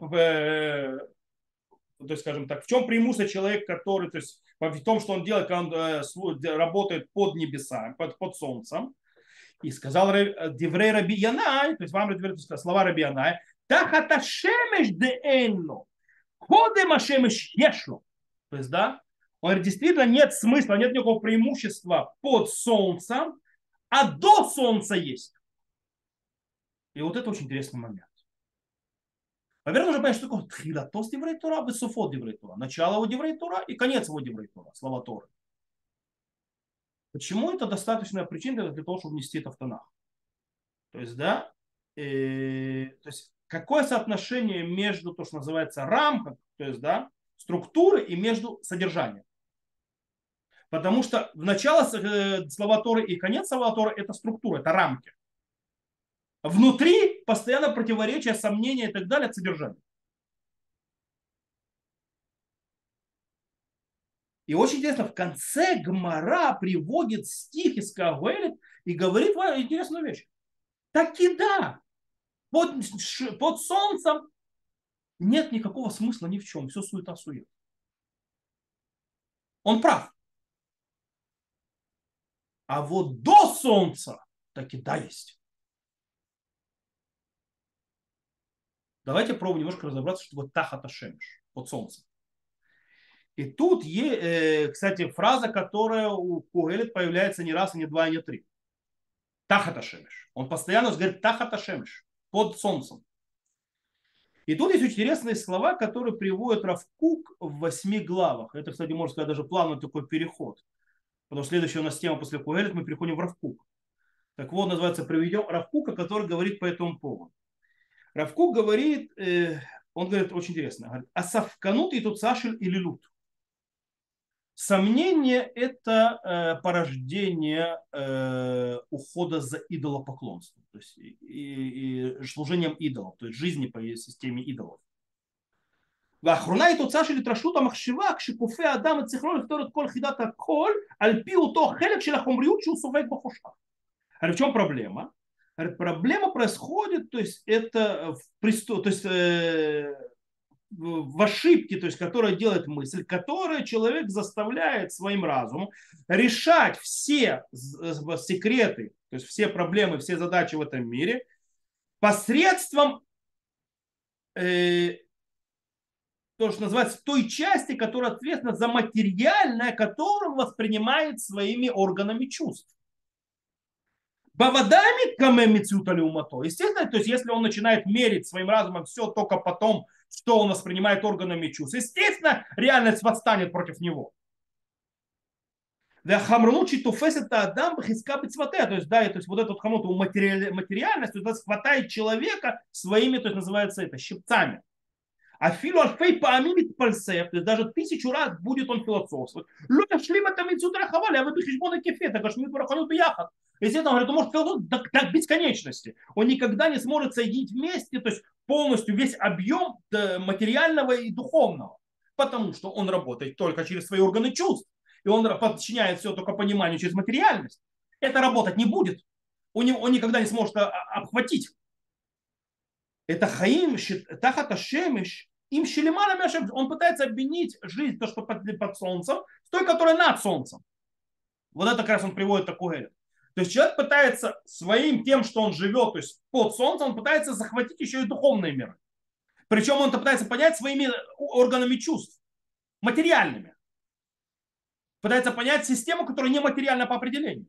то есть, скажем так, в чем преимущество человека, который, то есть в том, что он делает, когда он работает под небесами, под солнцем. И сказал Деврей Раби Янай, то есть вам слова Раби Янай, тахат ашемеш де энно, ходем ашемеш ешло. То есть, да, он говорит, действительно нет смысла, нет никакого преимущества под солнцем, а до солнца есть. И вот это очень интересный момент. Во-первых, нужно понять, что такое тхилатос Деврей Тора, высофот Деврей Тора. Начало его Деврей Тора и конец его Деврей Тора, слова Торы. Почему это достаточная причина для того, чтобы внести это в Танах? То есть, да, то есть, какое соотношение между то, что называется рамкой, то есть, да, структуры и между содержанием. Потому что в начало слова Торы и конец слова Торы это структура, это рамки. Внутри постоянно противоречия, сомнения и так далее от содержания. И очень интересно, в конце Гмара приводит стих из Кагуэлит и говорит интересную вещь. Таки да, под солнцем нет никакого смысла ни в чем, все суета-сует. Он прав. А вот до солнца таки да есть. Давайте пробуем немножко разобраться, что вот тахат ашемеш, под солнцем. И тут, кстати, фраза, которая у Кугелет появляется не раз, и не два, и не три. Тахат ашемеш. Он постоянно говорит тахат ашемеш, под солнцем. И тут есть очень интересные слова, которые приводит Рав Кук в 8 главах. Это, кстати, можно сказать, даже плавный такой переход. Потому что следующая у нас тема после Кугелет, мы переходим в Рав Кук. Так вот, называется, приведем Рав Кука, который говорит по этому поводу. Рав Кук говорит, он говорит очень интересно, говорит, асавканут и тут сашель или лут. Сомнение – это порождение ухода за идолопоклонством, то есть и служением идолов, то есть жизни по системе идолов. ואחרונה היא תוצאה של התרשלות המחשבה כשכופה האדם את שכלו לפתור את כל חידת הכל על פי אותו חלק של החומריות שהוא סופג בחושך. В чем проблема? Проблема происходит, то есть это то есть, в ошибке, то есть, которая делает мысль, которая человек заставляет своим разумом решать все секреты, то есть все проблемы, все задачи в этом мире посредством то, что называется той части, которая ответственна за материальное, которое он воспринимает своими органами чувств. Бавадами камемицютали умато. Естественно, то есть если он начинает мерить своим разумом все только потом, что он воспринимает органами чувств, естественно, реальность восстанет против него. То есть, да, то есть вот этот хамут, материальность, то есть хватает человека своими, то есть называется это, щипцами. А филу альфей паамимит пальсев, то есть даже 1000 раз будет он философствовать. Люди шли в этом митцутра хавали, а вы бихишбона кефета, гашмит барахану бияхат. Естественно, он говорит, он может философствовать так бесконечности. Он никогда не сможет соединить вместе, то есть полностью весь объем материального и духовного. Потому что он работает только через свои органы чувств. И он подчиняет все только пониманию через материальность. Это работать не будет. Он никогда не сможет обхватить. Это хаим тахат ашемеш им шелемана мяшем. Он пытается обвинить жизнь, то, что под солнцем, с той, которая над солнцем. Вот это как раз он приводит такой. То есть человек пытается своим тем, что он живет, то есть под солнцем, он пытается захватить еще и духовные миры. Причем он это пытается понять своими органами чувств, материальными. Пытается понять систему, которая нематериальна по определению.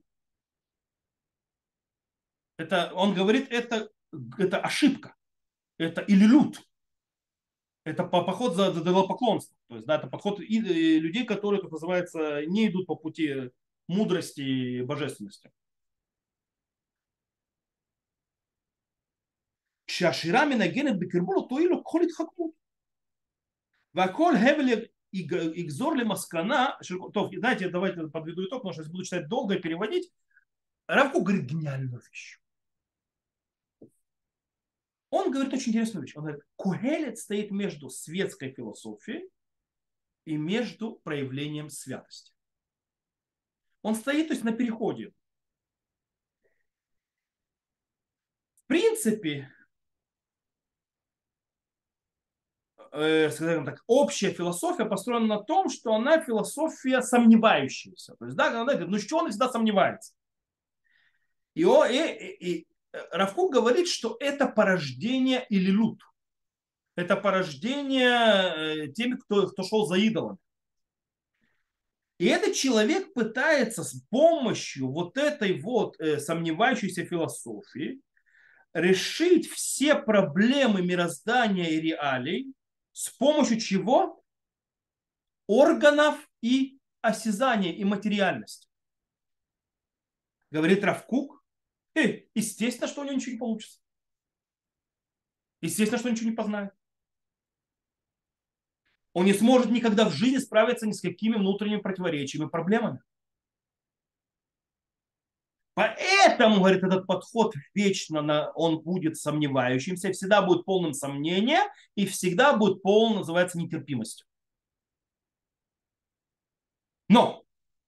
Это, он говорит, это ошибка. Это илилют. Это поход за идолопоклонством. То есть, да, это подход людей, которые, как называется, не идут по пути мудрости и божественности. שהשירה מנגנת בקרבו לא תועיל לו כל התחכמות. והכל הבל יגזור למסקנה, טוב, знаете, давайте подведу итог, потому что если буду читать долго и переводить, Рав Кук говорит гениальную вещь. Он говорит очень интересную вещь. Он говорит, Кугелет стоит между светской философией и между проявлением святости. Он стоит, то есть, на переходе. принципе, скажем так, общая философия построена на том, что она философия сомневающаяся. То есть, да, когда говорит, ну что он всегда сомневается. И Рав Кук говорит, что это порождение Илилут. Это порождение теми, кто шел за идолом. И этот человек пытается с помощью вот этой вот сомневающейся философии решить все проблемы мироздания и реалий с помощью чего? Органов и осязания и материальности. Говорит Рав Кук, естественно, что у него ничего не получится. Естественно, что ничего не познает. Он не сможет никогда в жизни справиться ни с какими внутренними противоречиями и проблемами. Поэтому, говорит, этот подход вечно он будет сомневающимся, всегда будет полным сомнения и всегда будет полным, называется, нетерпимостью. Но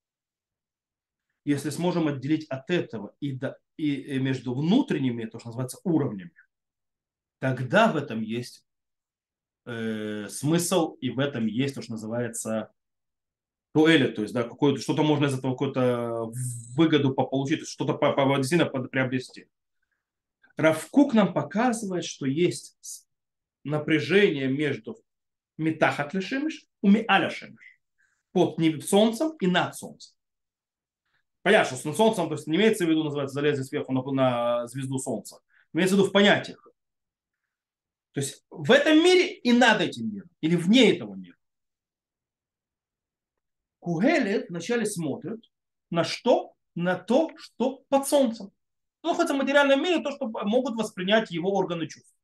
если сможем отделить от этого и между внутренними, то, что называется, уровнями, тогда в этом есть смысл и в этом есть то, что называется туэлет, то есть да, что-то можно из этого какую-то выгоду получить, что-то действительно приобрести. Рав Кук нам показывает, что есть напряжение между метахат лешемеш и миаля шемеш, под солнцем и над солнцем. Понятно, что над солнцем, то есть не имеется в виду, называется, залезли сверху на звезду солнца. Имеется в виду в понятиях. То есть в этом мире и над этим миром, или вне этого мира. Кугелет вначале смотрит на что? На то, что под солнцем. Что находится в материальном мире, то, что могут воспринять его органы чувств.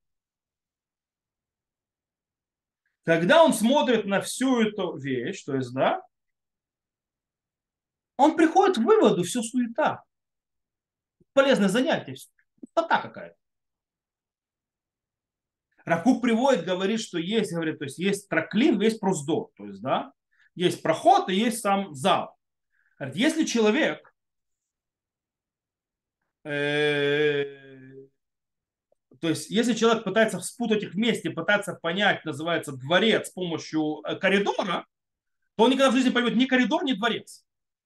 Когда он смотрит на всю эту вещь, то есть, да, он приходит к выводу, все суета. Полезное занятие, пустота какая-то. Рав Кук приводит, говорит, что есть, говорит, то есть есть траклин, есть проздор, то есть, да, есть проход и есть сам зал. Говорит, если человек то есть, если человек пытается спутать их вместе, пытаться понять, называется, дворец с помощью коридора, то он никогда в жизни поймет ни коридор, ни дворец.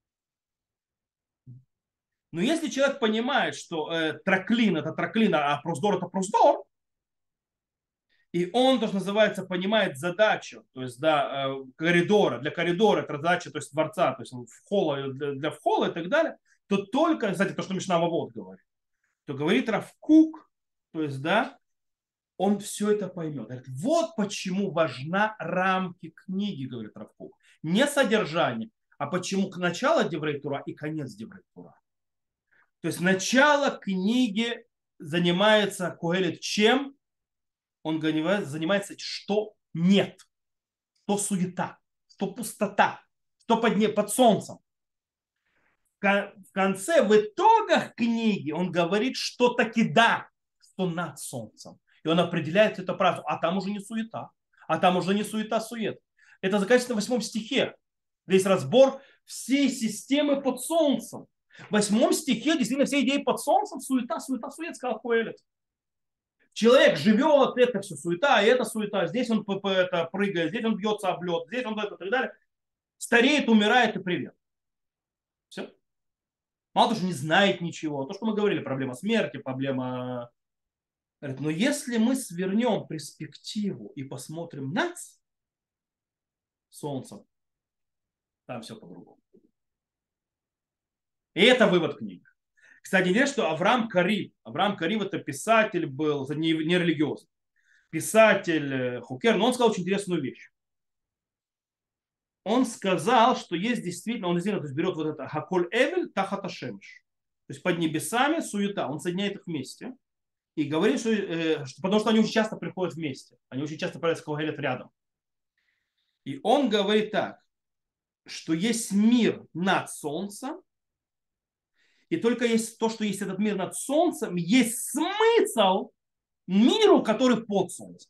Но если человек понимает, что траклин это траклин, а проздор это проздор, и он, то, что называется, понимает задачу, то есть, да, коридора, для коридора это задача, то есть дворца, то есть вхола, для вхола и так далее, то только, кстати, то, что Мишна Мавот говорит, то говорит Рав Кук, то есть, да, он все это поймет. Говорит, вот почему важна рамки книги, говорит Рав Кук. Не содержание, а почему к началу Деврей Тура и конец Деврей Тура. То есть начало книги занимается Кугелет чем? Он занимается, что нет, что суета, что пустота, что под солнцем. В конце, в итогах книги он говорит, что таки да, что над солнцем. И он определяет это праздник. А там уже не суета. А там уже не суета-сует. Это заканчивается в 8 стихе. Здесь разбор всей системы под солнцем. В 8 стихе действительно все идеи под солнцем суета, суета, сует, сказал Коэлет. Человек живет, это все суета, и это суета. Здесь он это, прыгает, здесь он бьется об лед, здесь он это и так далее. Стареет, умирает и привет. Все. Мало того, что не знает ничего. То, что мы говорили, проблема смерти, проблема... Но если мы свернем перспективу и посмотрим над солнцем, там все по-другому. И это вывод книги. Кстати, интересно, что Авраам Кариб это писатель был, не религиозный, писатель Хукер, но он сказал очень интересную вещь. Он сказал, что есть действительно, он действительно то есть берет вот это Хаколь Эвель Тахата Шемеш. То есть под небесами суета, он соединяет их вместе. И говорит, что потому что они очень часто приходят вместе. Они очень часто появляются Когелет рядом. И он говорит так, что есть мир над солнцем, и только есть то, что есть этот мир над солнцем, есть смысл миру, который под солнцем.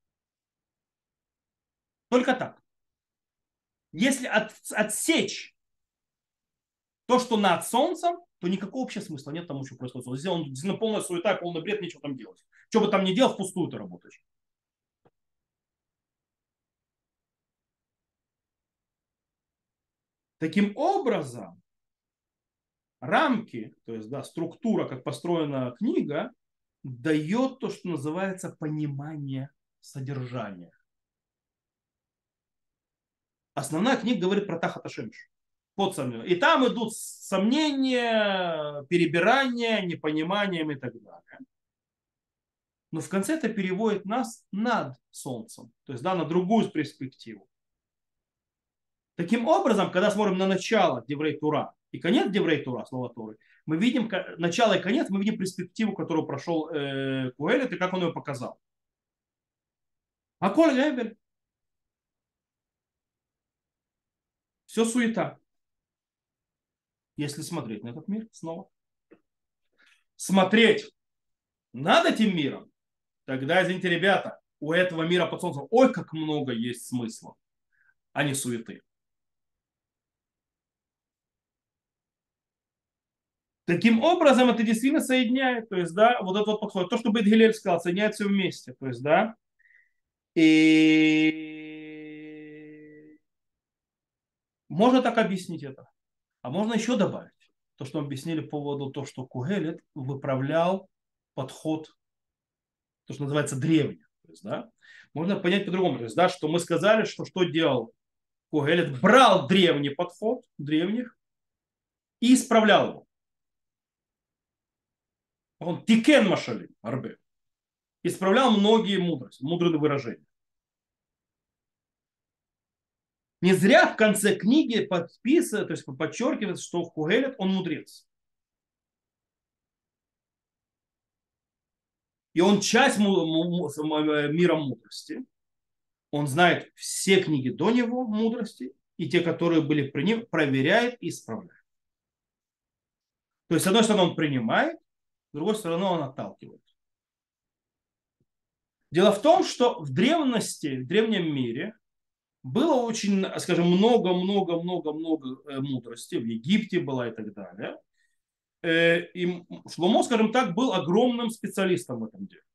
Только так. Если отсечь то, что над солнцем, то никакого общего смысла нет тому, что происходит. Он сделан действительно полная суета, полный бред, нечего там делать. Что бы там ни делал, впустую ты работаешь. Таким образом, рамки, то есть да, структура, как построена книга, дает то, что называется понимание содержания. Основная книга говорит про Тахат Ашемш. Под сомнением. И там идут сомнения, перебирания, непониманием и так далее. Но в конце это переводит нас над Солнцем, то есть да, на другую перспективу. Таким образом, когда смотрим на начало Деврей Тура и конец Деврей Тура, слова Торы, мы видим начало и конец, мы видим перспективу, которую прошел Куэлет и как он ее показал. А Коль Гебель, все суета. Если смотреть на этот мир снова. Смотреть над этим миром, тогда, извините, ребята, у этого мира под солнцем, ой, как много есть смысла, а не суеты. Таким образом, это действительно соединяет, то есть, да, вот этот вот подход, то, что Бейт Гилель сказал, соединяет все вместе, то есть, да, и можно так объяснить это, а можно еще добавить то, что мы объяснили по поводу того, что Кугелет выправлял подход, то, что называется древний, то есть, да, можно понять по-другому, то есть, да, что мы сказали, что делал Кугелет, брал древний подход, древних, и исправлял его. Он тикен машали, арбе. Исправлял многие мудрости, мудрые выражения. Не зря в конце книги подписывает, то есть подчеркивается, что Кугелет, он мудрец. И он часть мира мудрости. Он знает все книги до него мудрости, и те, которые были при нем, проверяет и исправляет. То есть, с одной стороны, он принимает, с другой стороны, он отталкивает. Дело в том, что в древности, в древнем мире было очень, скажем, много-много-много-много мудрости. В Египте была и так далее. И Шломо, скажем так, был огромным специалистом в этом деле.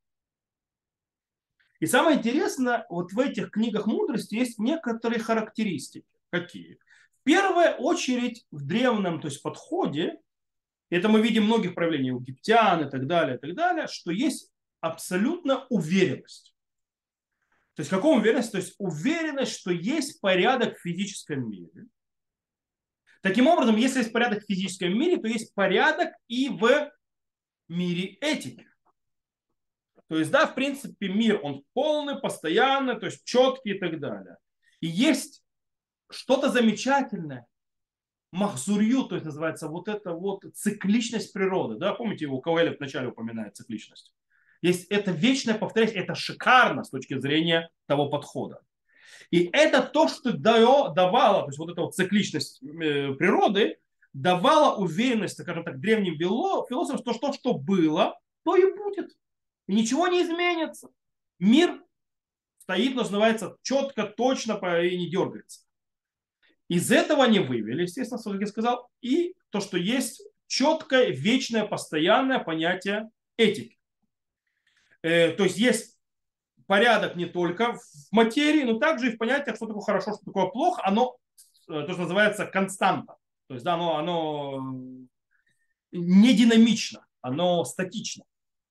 И самое интересное, вот в этих книгах мудрости есть некоторые характеристики. Какие? В первую очередь в древнем, то есть подходе, это мы видим многих проявлений у египтян и так далее, что есть абсолютно уверенность. То есть какая уверенность? То есть уверенность, что есть порядок в физическом мире. Таким образом, если есть порядок в физическом мире, то есть порядок и в мире этики. То есть, да, в принципе, мир, он полный, постоянный, то есть четкий и так далее. И есть что-то замечательное, махзурью, то есть называется вот эта вот цикличность природы. Да, помните, его Каэль вначале упоминает цикличность. Есть это вечное повторение, это шикарно с точки зрения того подхода. И это то, что давало, то есть вот эта вот цикличность природы, давала уверенность, скажем так, древним философам, что что было, то и будет. И ничего не изменится. Мир стоит, называется, четко, точно и не дергается. Из этого они вывели, естественно, что я сказал, и то, что есть четкое, вечное, постоянное понятие этики. То есть есть порядок не только в материи, но также и в понятиях, что такое хорошо, что такое плохо. Оно, то, что называется, константа. То есть да, оно не динамично, оно статично.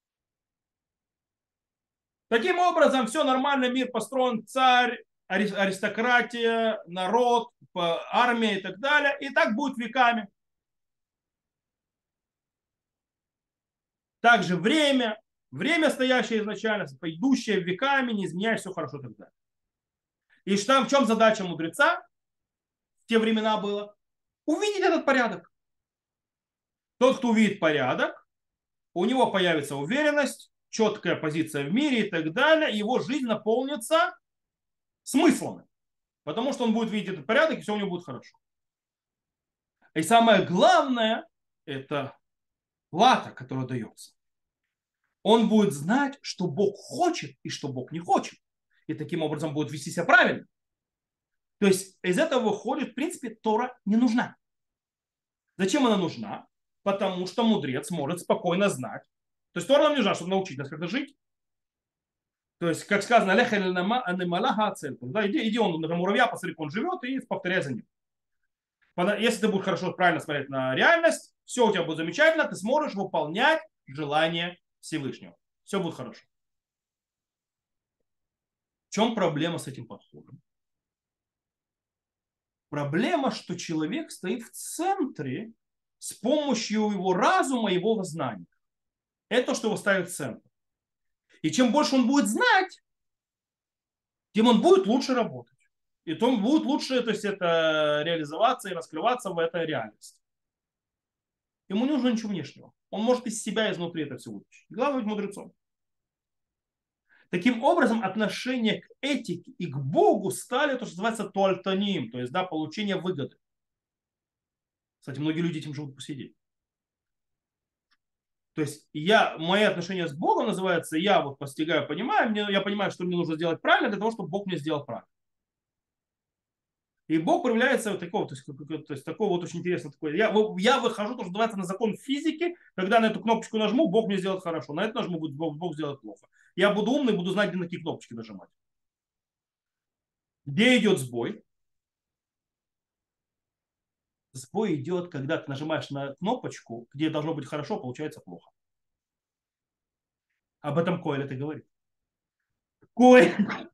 Таким образом, все нормально, мир построен, царь, аристократия, народ, армия и так далее. И так будет веками. Также время стоящее изначально, идущее веками, не изменяясь, все хорошо и так далее. И что, в чем задача мудреца в те времена была? Увидеть этот порядок. Тот, кто увидит порядок, у него появится уверенность, четкая позиция в мире и так далее, и его жизнь наполнится смыслом. Потому что он будет видеть этот порядок, и все у него будет хорошо. И самое главное, это плата, которая дается. Он будет знать, что Бог хочет и что Бог не хочет. И таким образом будет вести себя правильно. То есть из этого выходит, в принципе, Тора не нужна. Зачем она нужна? Потому что мудрец может спокойно знать. То есть Тора нам не нужна, чтобы научить нас как-то жить. То есть, как сказано, леха анималаха цель. Да, иди он на муравья, посмотри, как он живет, и повторяй за ним. Если ты будешь хорошо, правильно смотреть на реальность, все у тебя будет замечательно, ты сможешь выполнять желание Всевышнего. Все будет хорошо. В чем проблема с этим подходом? Проблема, что человек стоит в центре с помощью его разума, его знания. Это то, что его ставит в центр. И чем больше он будет знать, тем он будет лучше работать. И тем будет лучше, то есть это реализоваться и раскрываться в этой реальности. Ему не нужно ничего внешнего. Он может из себя изнутри это все вытащить. Главное быть мудрецом. Таким образом, отношение к этике и к Богу стали то, что называется туальтаним, то есть да, получение выгоды. Кстати, многие люди этим живут по сей день. То есть мои отношения с Богом называется, я вот постигаю, понимаю, я понимаю, что мне нужно сделать правильно для того, чтобы Бог мне сделал правильно. И Бог проявляется вот такого, то есть такого вот очень интересного. Такое. Я выхожу, то, что называется, на закон физики, когда на эту кнопочку нажму, Бог мне сделает хорошо. На эту нажму, Бог сделает плохо. Я буду умный, буду знать, где на какие кнопочки нажимать. Где идет сбой? Сбой идет, когда ты нажимаешь на кнопочку, где должно быть хорошо, получается плохо. Об этом Коэль это говорит. Коэль.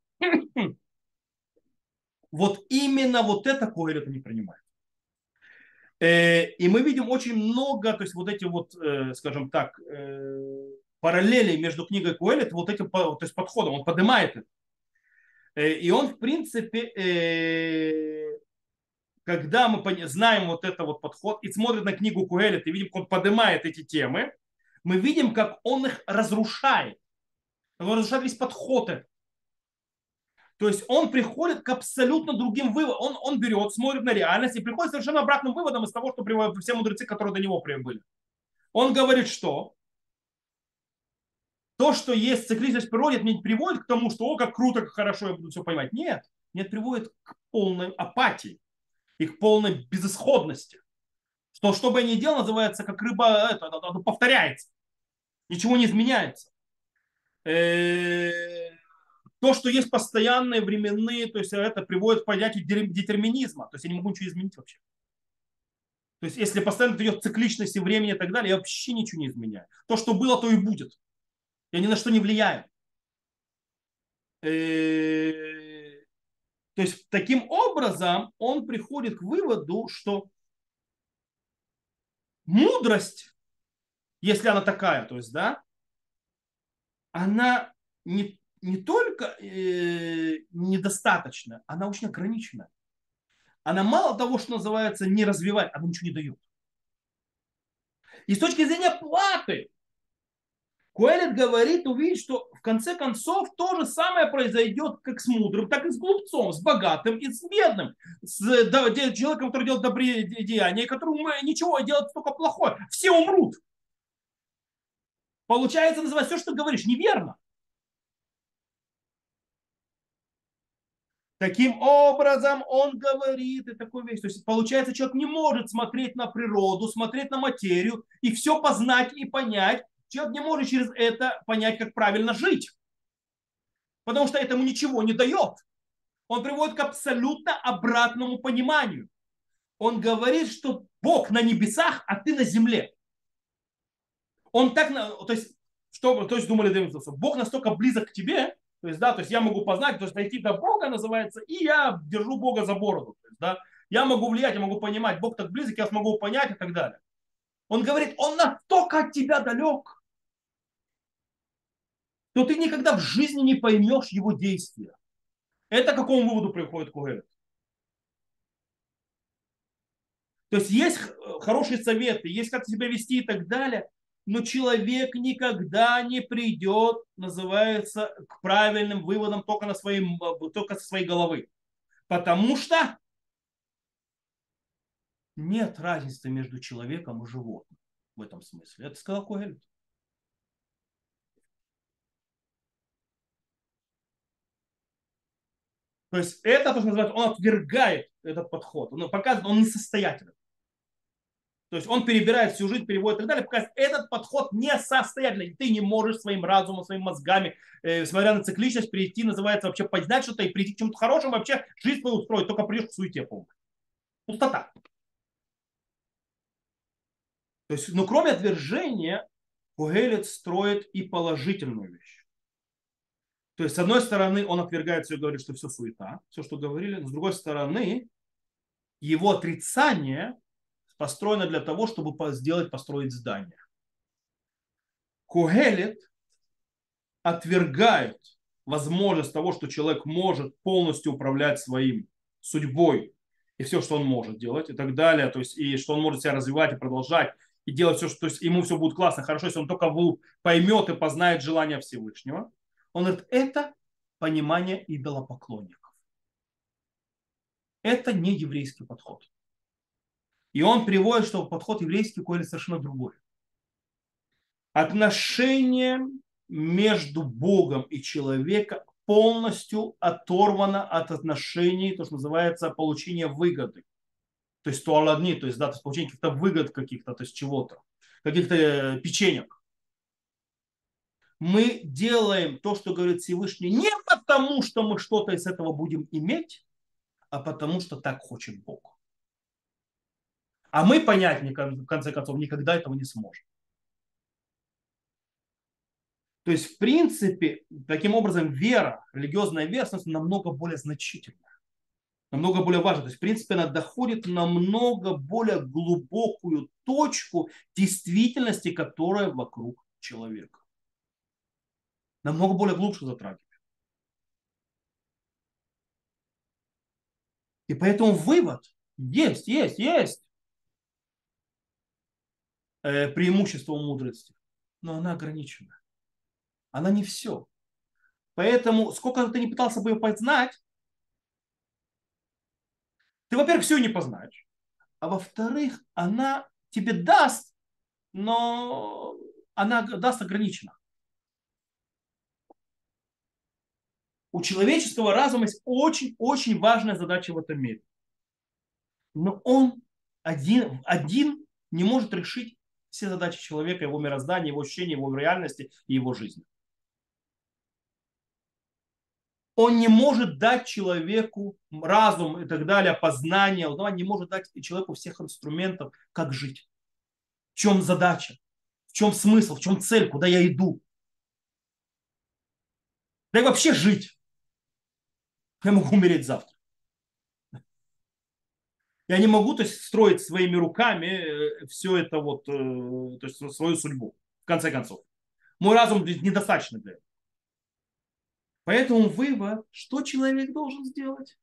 Вот именно вот это Коэль это не принимает. И мы видим очень много, то есть вот эти вот, скажем так, параллелей между книгой Коэлет, вот этим то есть подходом, он поднимает это. И он, в принципе, когда мы знаем вот это вот подход и смотрим на книгу Коэлет и видим, как он поднимает эти темы, мы видим, как он их разрушает. Он разрушает весь подход этот. То есть он приходит к абсолютно другим выводам. Он берет, смотрит на реальность и приходит к совершенно обратным выводам из того, что приводят все мудрецы, которые до него прибыли. Он говорит, что то, что есть цикличность в природе, это не приводит к тому, что о, как круто, как хорошо, я буду все понимать. Нет, нет, приводит к полной апатии и к полной безысходности. Что бы я ни делал, называется, как рыба, это повторяется. Ничего не изменяется. То, что есть постоянные временные, то есть это приводит к понятию детерминизма. То есть я не могу ничего изменить вообще. То есть если постоянно идет цикличность и времени и так далее, я вообще ничего не изменяю. То, что было, то и будет. Я ни на что не влияю. То есть таким образом он приходит к выводу, что мудрость, если она такая, то есть, да, она не только недостаточна, она очень ограничена. Она мало того, что называется, не развивает, она ничего не дает. И с точки зрения платы, Куэлет говорит, увидеть, что в конце концов то же самое произойдет как с мудрым, так и с глупцом, с богатым и с бедным, с человеком, который делает добрые деяния, которому ничего делать только плохое. Все умрут. Получается, называть все, что ты говоришь, неверно. Таким образом, он говорит и такую вещь. То есть, получается, человек не может смотреть на природу, смотреть на материю и все познать и понять. Человек не может через это понять, как правильно жить. Потому что этому ничего не дает. Он приводит к абсолютно обратному пониманию. Он говорит, что Бог на небесах, а ты на земле. Он так, то есть, то есть думали, Бог настолько близок к тебе, то есть, да, то есть я могу познать, то есть дойти до Бога называется, и я держу Бога за бороду. То есть, да, я могу влиять, я могу понимать, Бог так близок, я смогу понять и так далее. Он говорит, он настолько от тебя далек, что ты никогда в жизни не поймешь его действия. Это к какому выводу приходит Кугелет? То есть есть хорошие советы, есть как себя вести и так далее, но человек никогда не придет, называется, к правильным выводам только со своей головы. Потому что нет разницы между человеком и животным в этом смысле. Это сказал Когелет. То есть это то, что называется, он отвергает этот подход. Он показывает, он несостоятелен. То есть он перебирает всю жизнь, переводит и так далее, показывает, этот подход несостоятельный. Ты не можешь своим разумом, своими мозгами, смотря на цикличность, прийти, называется вообще познать что-то и прийти к чему-то хорошему, вообще жизнь твою устроить, только придешь к суете полной. Пустота. То есть, ну, кроме отвержения, Когелет строит и положительную вещь. То есть, с одной стороны, он отвергает все и говорит, что все суета, все, что говорили, но с другой стороны, его отрицание построено для того, чтобы построить здание. Когелет отвергает возможность того, что человек может полностью управлять своим судьбой и все, что он может делать и так далее, то есть и что он может себя развивать и продолжать и делать все, что то есть ему все будет классно, хорошо, если он только поймет и познает желание Всевышнего. Он говорит, это понимание идолопоклонников. Это не еврейский подход. И он приводит, что подход еврейский Когелет совершенно другой. Отношение между Богом и человеком полностью оторвано от отношений, то, что называется, получения выгоды. То есть туаладни, то есть, да, то есть получение каких-то выгод каких-то, то есть чего-то, каких-то печенек. Мы делаем то, что говорит Всевышний, не потому, что мы что-то из этого будем иметь, а потому, что так хочет Бог. А мы понять, в конце концов, никогда этого не сможем. То есть, в принципе, таким образом, вера, религиозная вера, намного более значительна, намного более важна. То есть, в принципе, она доходит на намного более глубокую точку действительности, которая вокруг человека. Намного более глубже затрагивает. И поэтому вывод есть преимущество у мудрости, но она ограничена. Она не все. Поэтому, сколько ты не пытался бы ее познать, ты, во-первых, все не познаешь. А во-вторых, она тебе даст, но она даст ограниченно. У человеческого разума есть очень-очень важная задача в этом мире. Но он один не может решить все задачи человека, его мироздания, его ощущения, его реальности и его жизни. Он не может дать человеку разум и так далее, познание, он не может дать человеку всех инструментов, как жить. В чем задача, в чем смысл, в чем цель, куда я иду. Да и вообще жить. Я могу умереть завтра. Я не могу, то есть, строить своими руками все это вот, то есть, свою судьбу, в конце концов. Мой разум недостаточно для этого. Поэтому вывод, что человек должен сделать?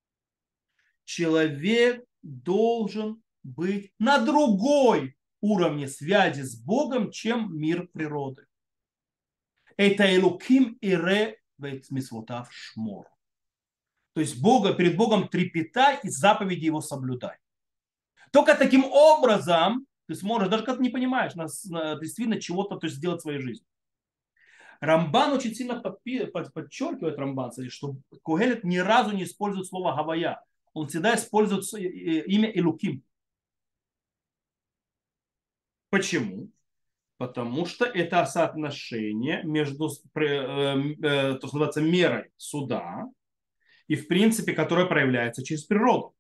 Человек должен быть на другой уровне связи с Богом, чем мир природы. Это Элуким Ире Вейтмисвотав Шмор. То есть Бога, перед Богом трепетай и заповеди его соблюдай. Только таким образом ты сможешь, даже когда ты не понимаешь, действительно чего-то то есть, сделать в своей жизни. Рамбан очень сильно подчеркивает, Рамбан, что Когелет ни разу не использует слово Гавая. Он всегда использует имя Элуким. Почему? Потому что это соотношение между, то, что называется, мерой суда и, в принципе, которое проявляется через природу.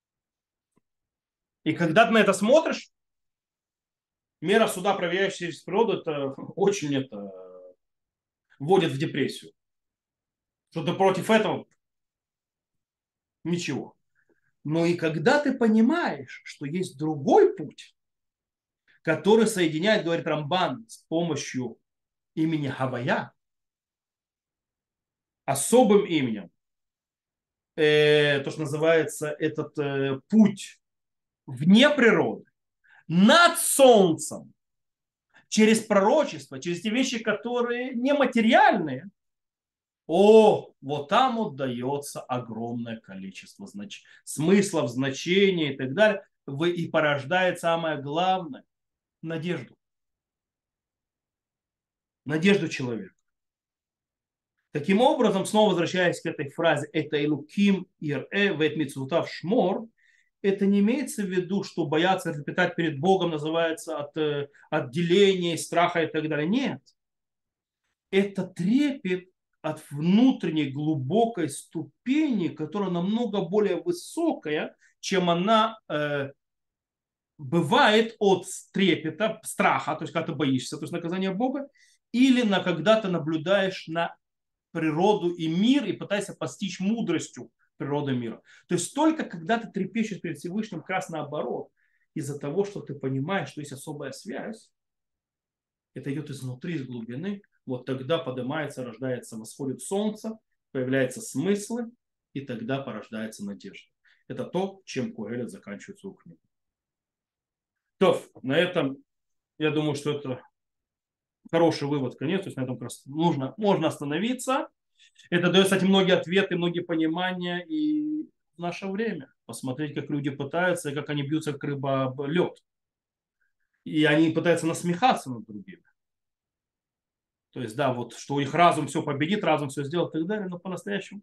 И когда ты на это смотришь, мера суда, проявляющаяся через природу, это очень вводит в депрессию. Что-то против этого ничего. Но и когда ты понимаешь, что есть другой путь, который соединяет, говорит Рамбан, с помощью имени Хавая, особым именем, то, что называется этот путь вне природы, над солнцем, через пророчество, через те вещи, которые нематериальные, вот там вот дается огромное количество смыслов, значений и так далее. И порождает самое главное – надежду. Надежду человека. Таким образом, снова возвращаясь к этой фразе, это Элуким Ир-э вет мицвотав шмор, это не имеется в виду, что бояться трепетать перед Богом называется от отделения, страха и так далее. Нет. Это трепет от внутренней глубокой ступени, которая намного более высокая, чем она бывает от трепета, страха, то есть когда ты боишься, то есть наказания Бога, или когда ты наблюдаешь на природу и мир и пытаешься постичь мудростью природы мира. То есть только когда ты трепещешь перед Всевышним, как раз наоборот, из-за того, что ты понимаешь, что есть особая связь, это идет изнутри, из глубины, вот тогда поднимается, рождается, восходит солнце, появляются смыслы, и тогда порождается надежда. Это то, чем Куэлет заканчивает свою книгу. То, на этом, я думаю, что это хороший вывод, конец, то есть на этом как раз можно остановиться. Это дает, кстати, многие ответы, многие понимания и в наше время. Посмотреть, как люди пытаются, и как они бьются, как рыба об лед. И они пытаются насмехаться над другими. То есть, да, вот, что их разум все победит, разум все сделает и так далее, но по-настоящему.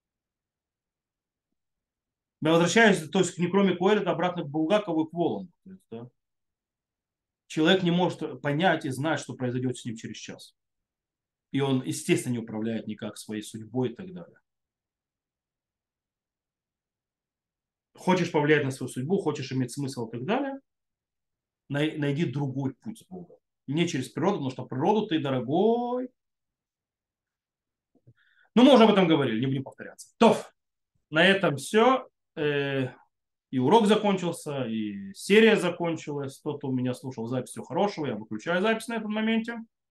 Я возвращаюсь, то есть, не кроме Коэлета, обратно к Булгакову и к Волану. То есть, да, человек не может понять и знать, что произойдет с ним через час. И он, естественно, не управляет никак своей судьбой и так далее. Хочешь повлиять на свою судьбу, хочешь иметь смысл и так далее, найди другой путь с Богом. Не через природу, потому что природу ты, дорогой. Ну, мы уже об этом говорили, не будем повторяться. То, на этом все. И урок закончился, и серия закончилась. Тот, кто меня слушал запись, всего хорошего. Я выключаю запись на этом моменте.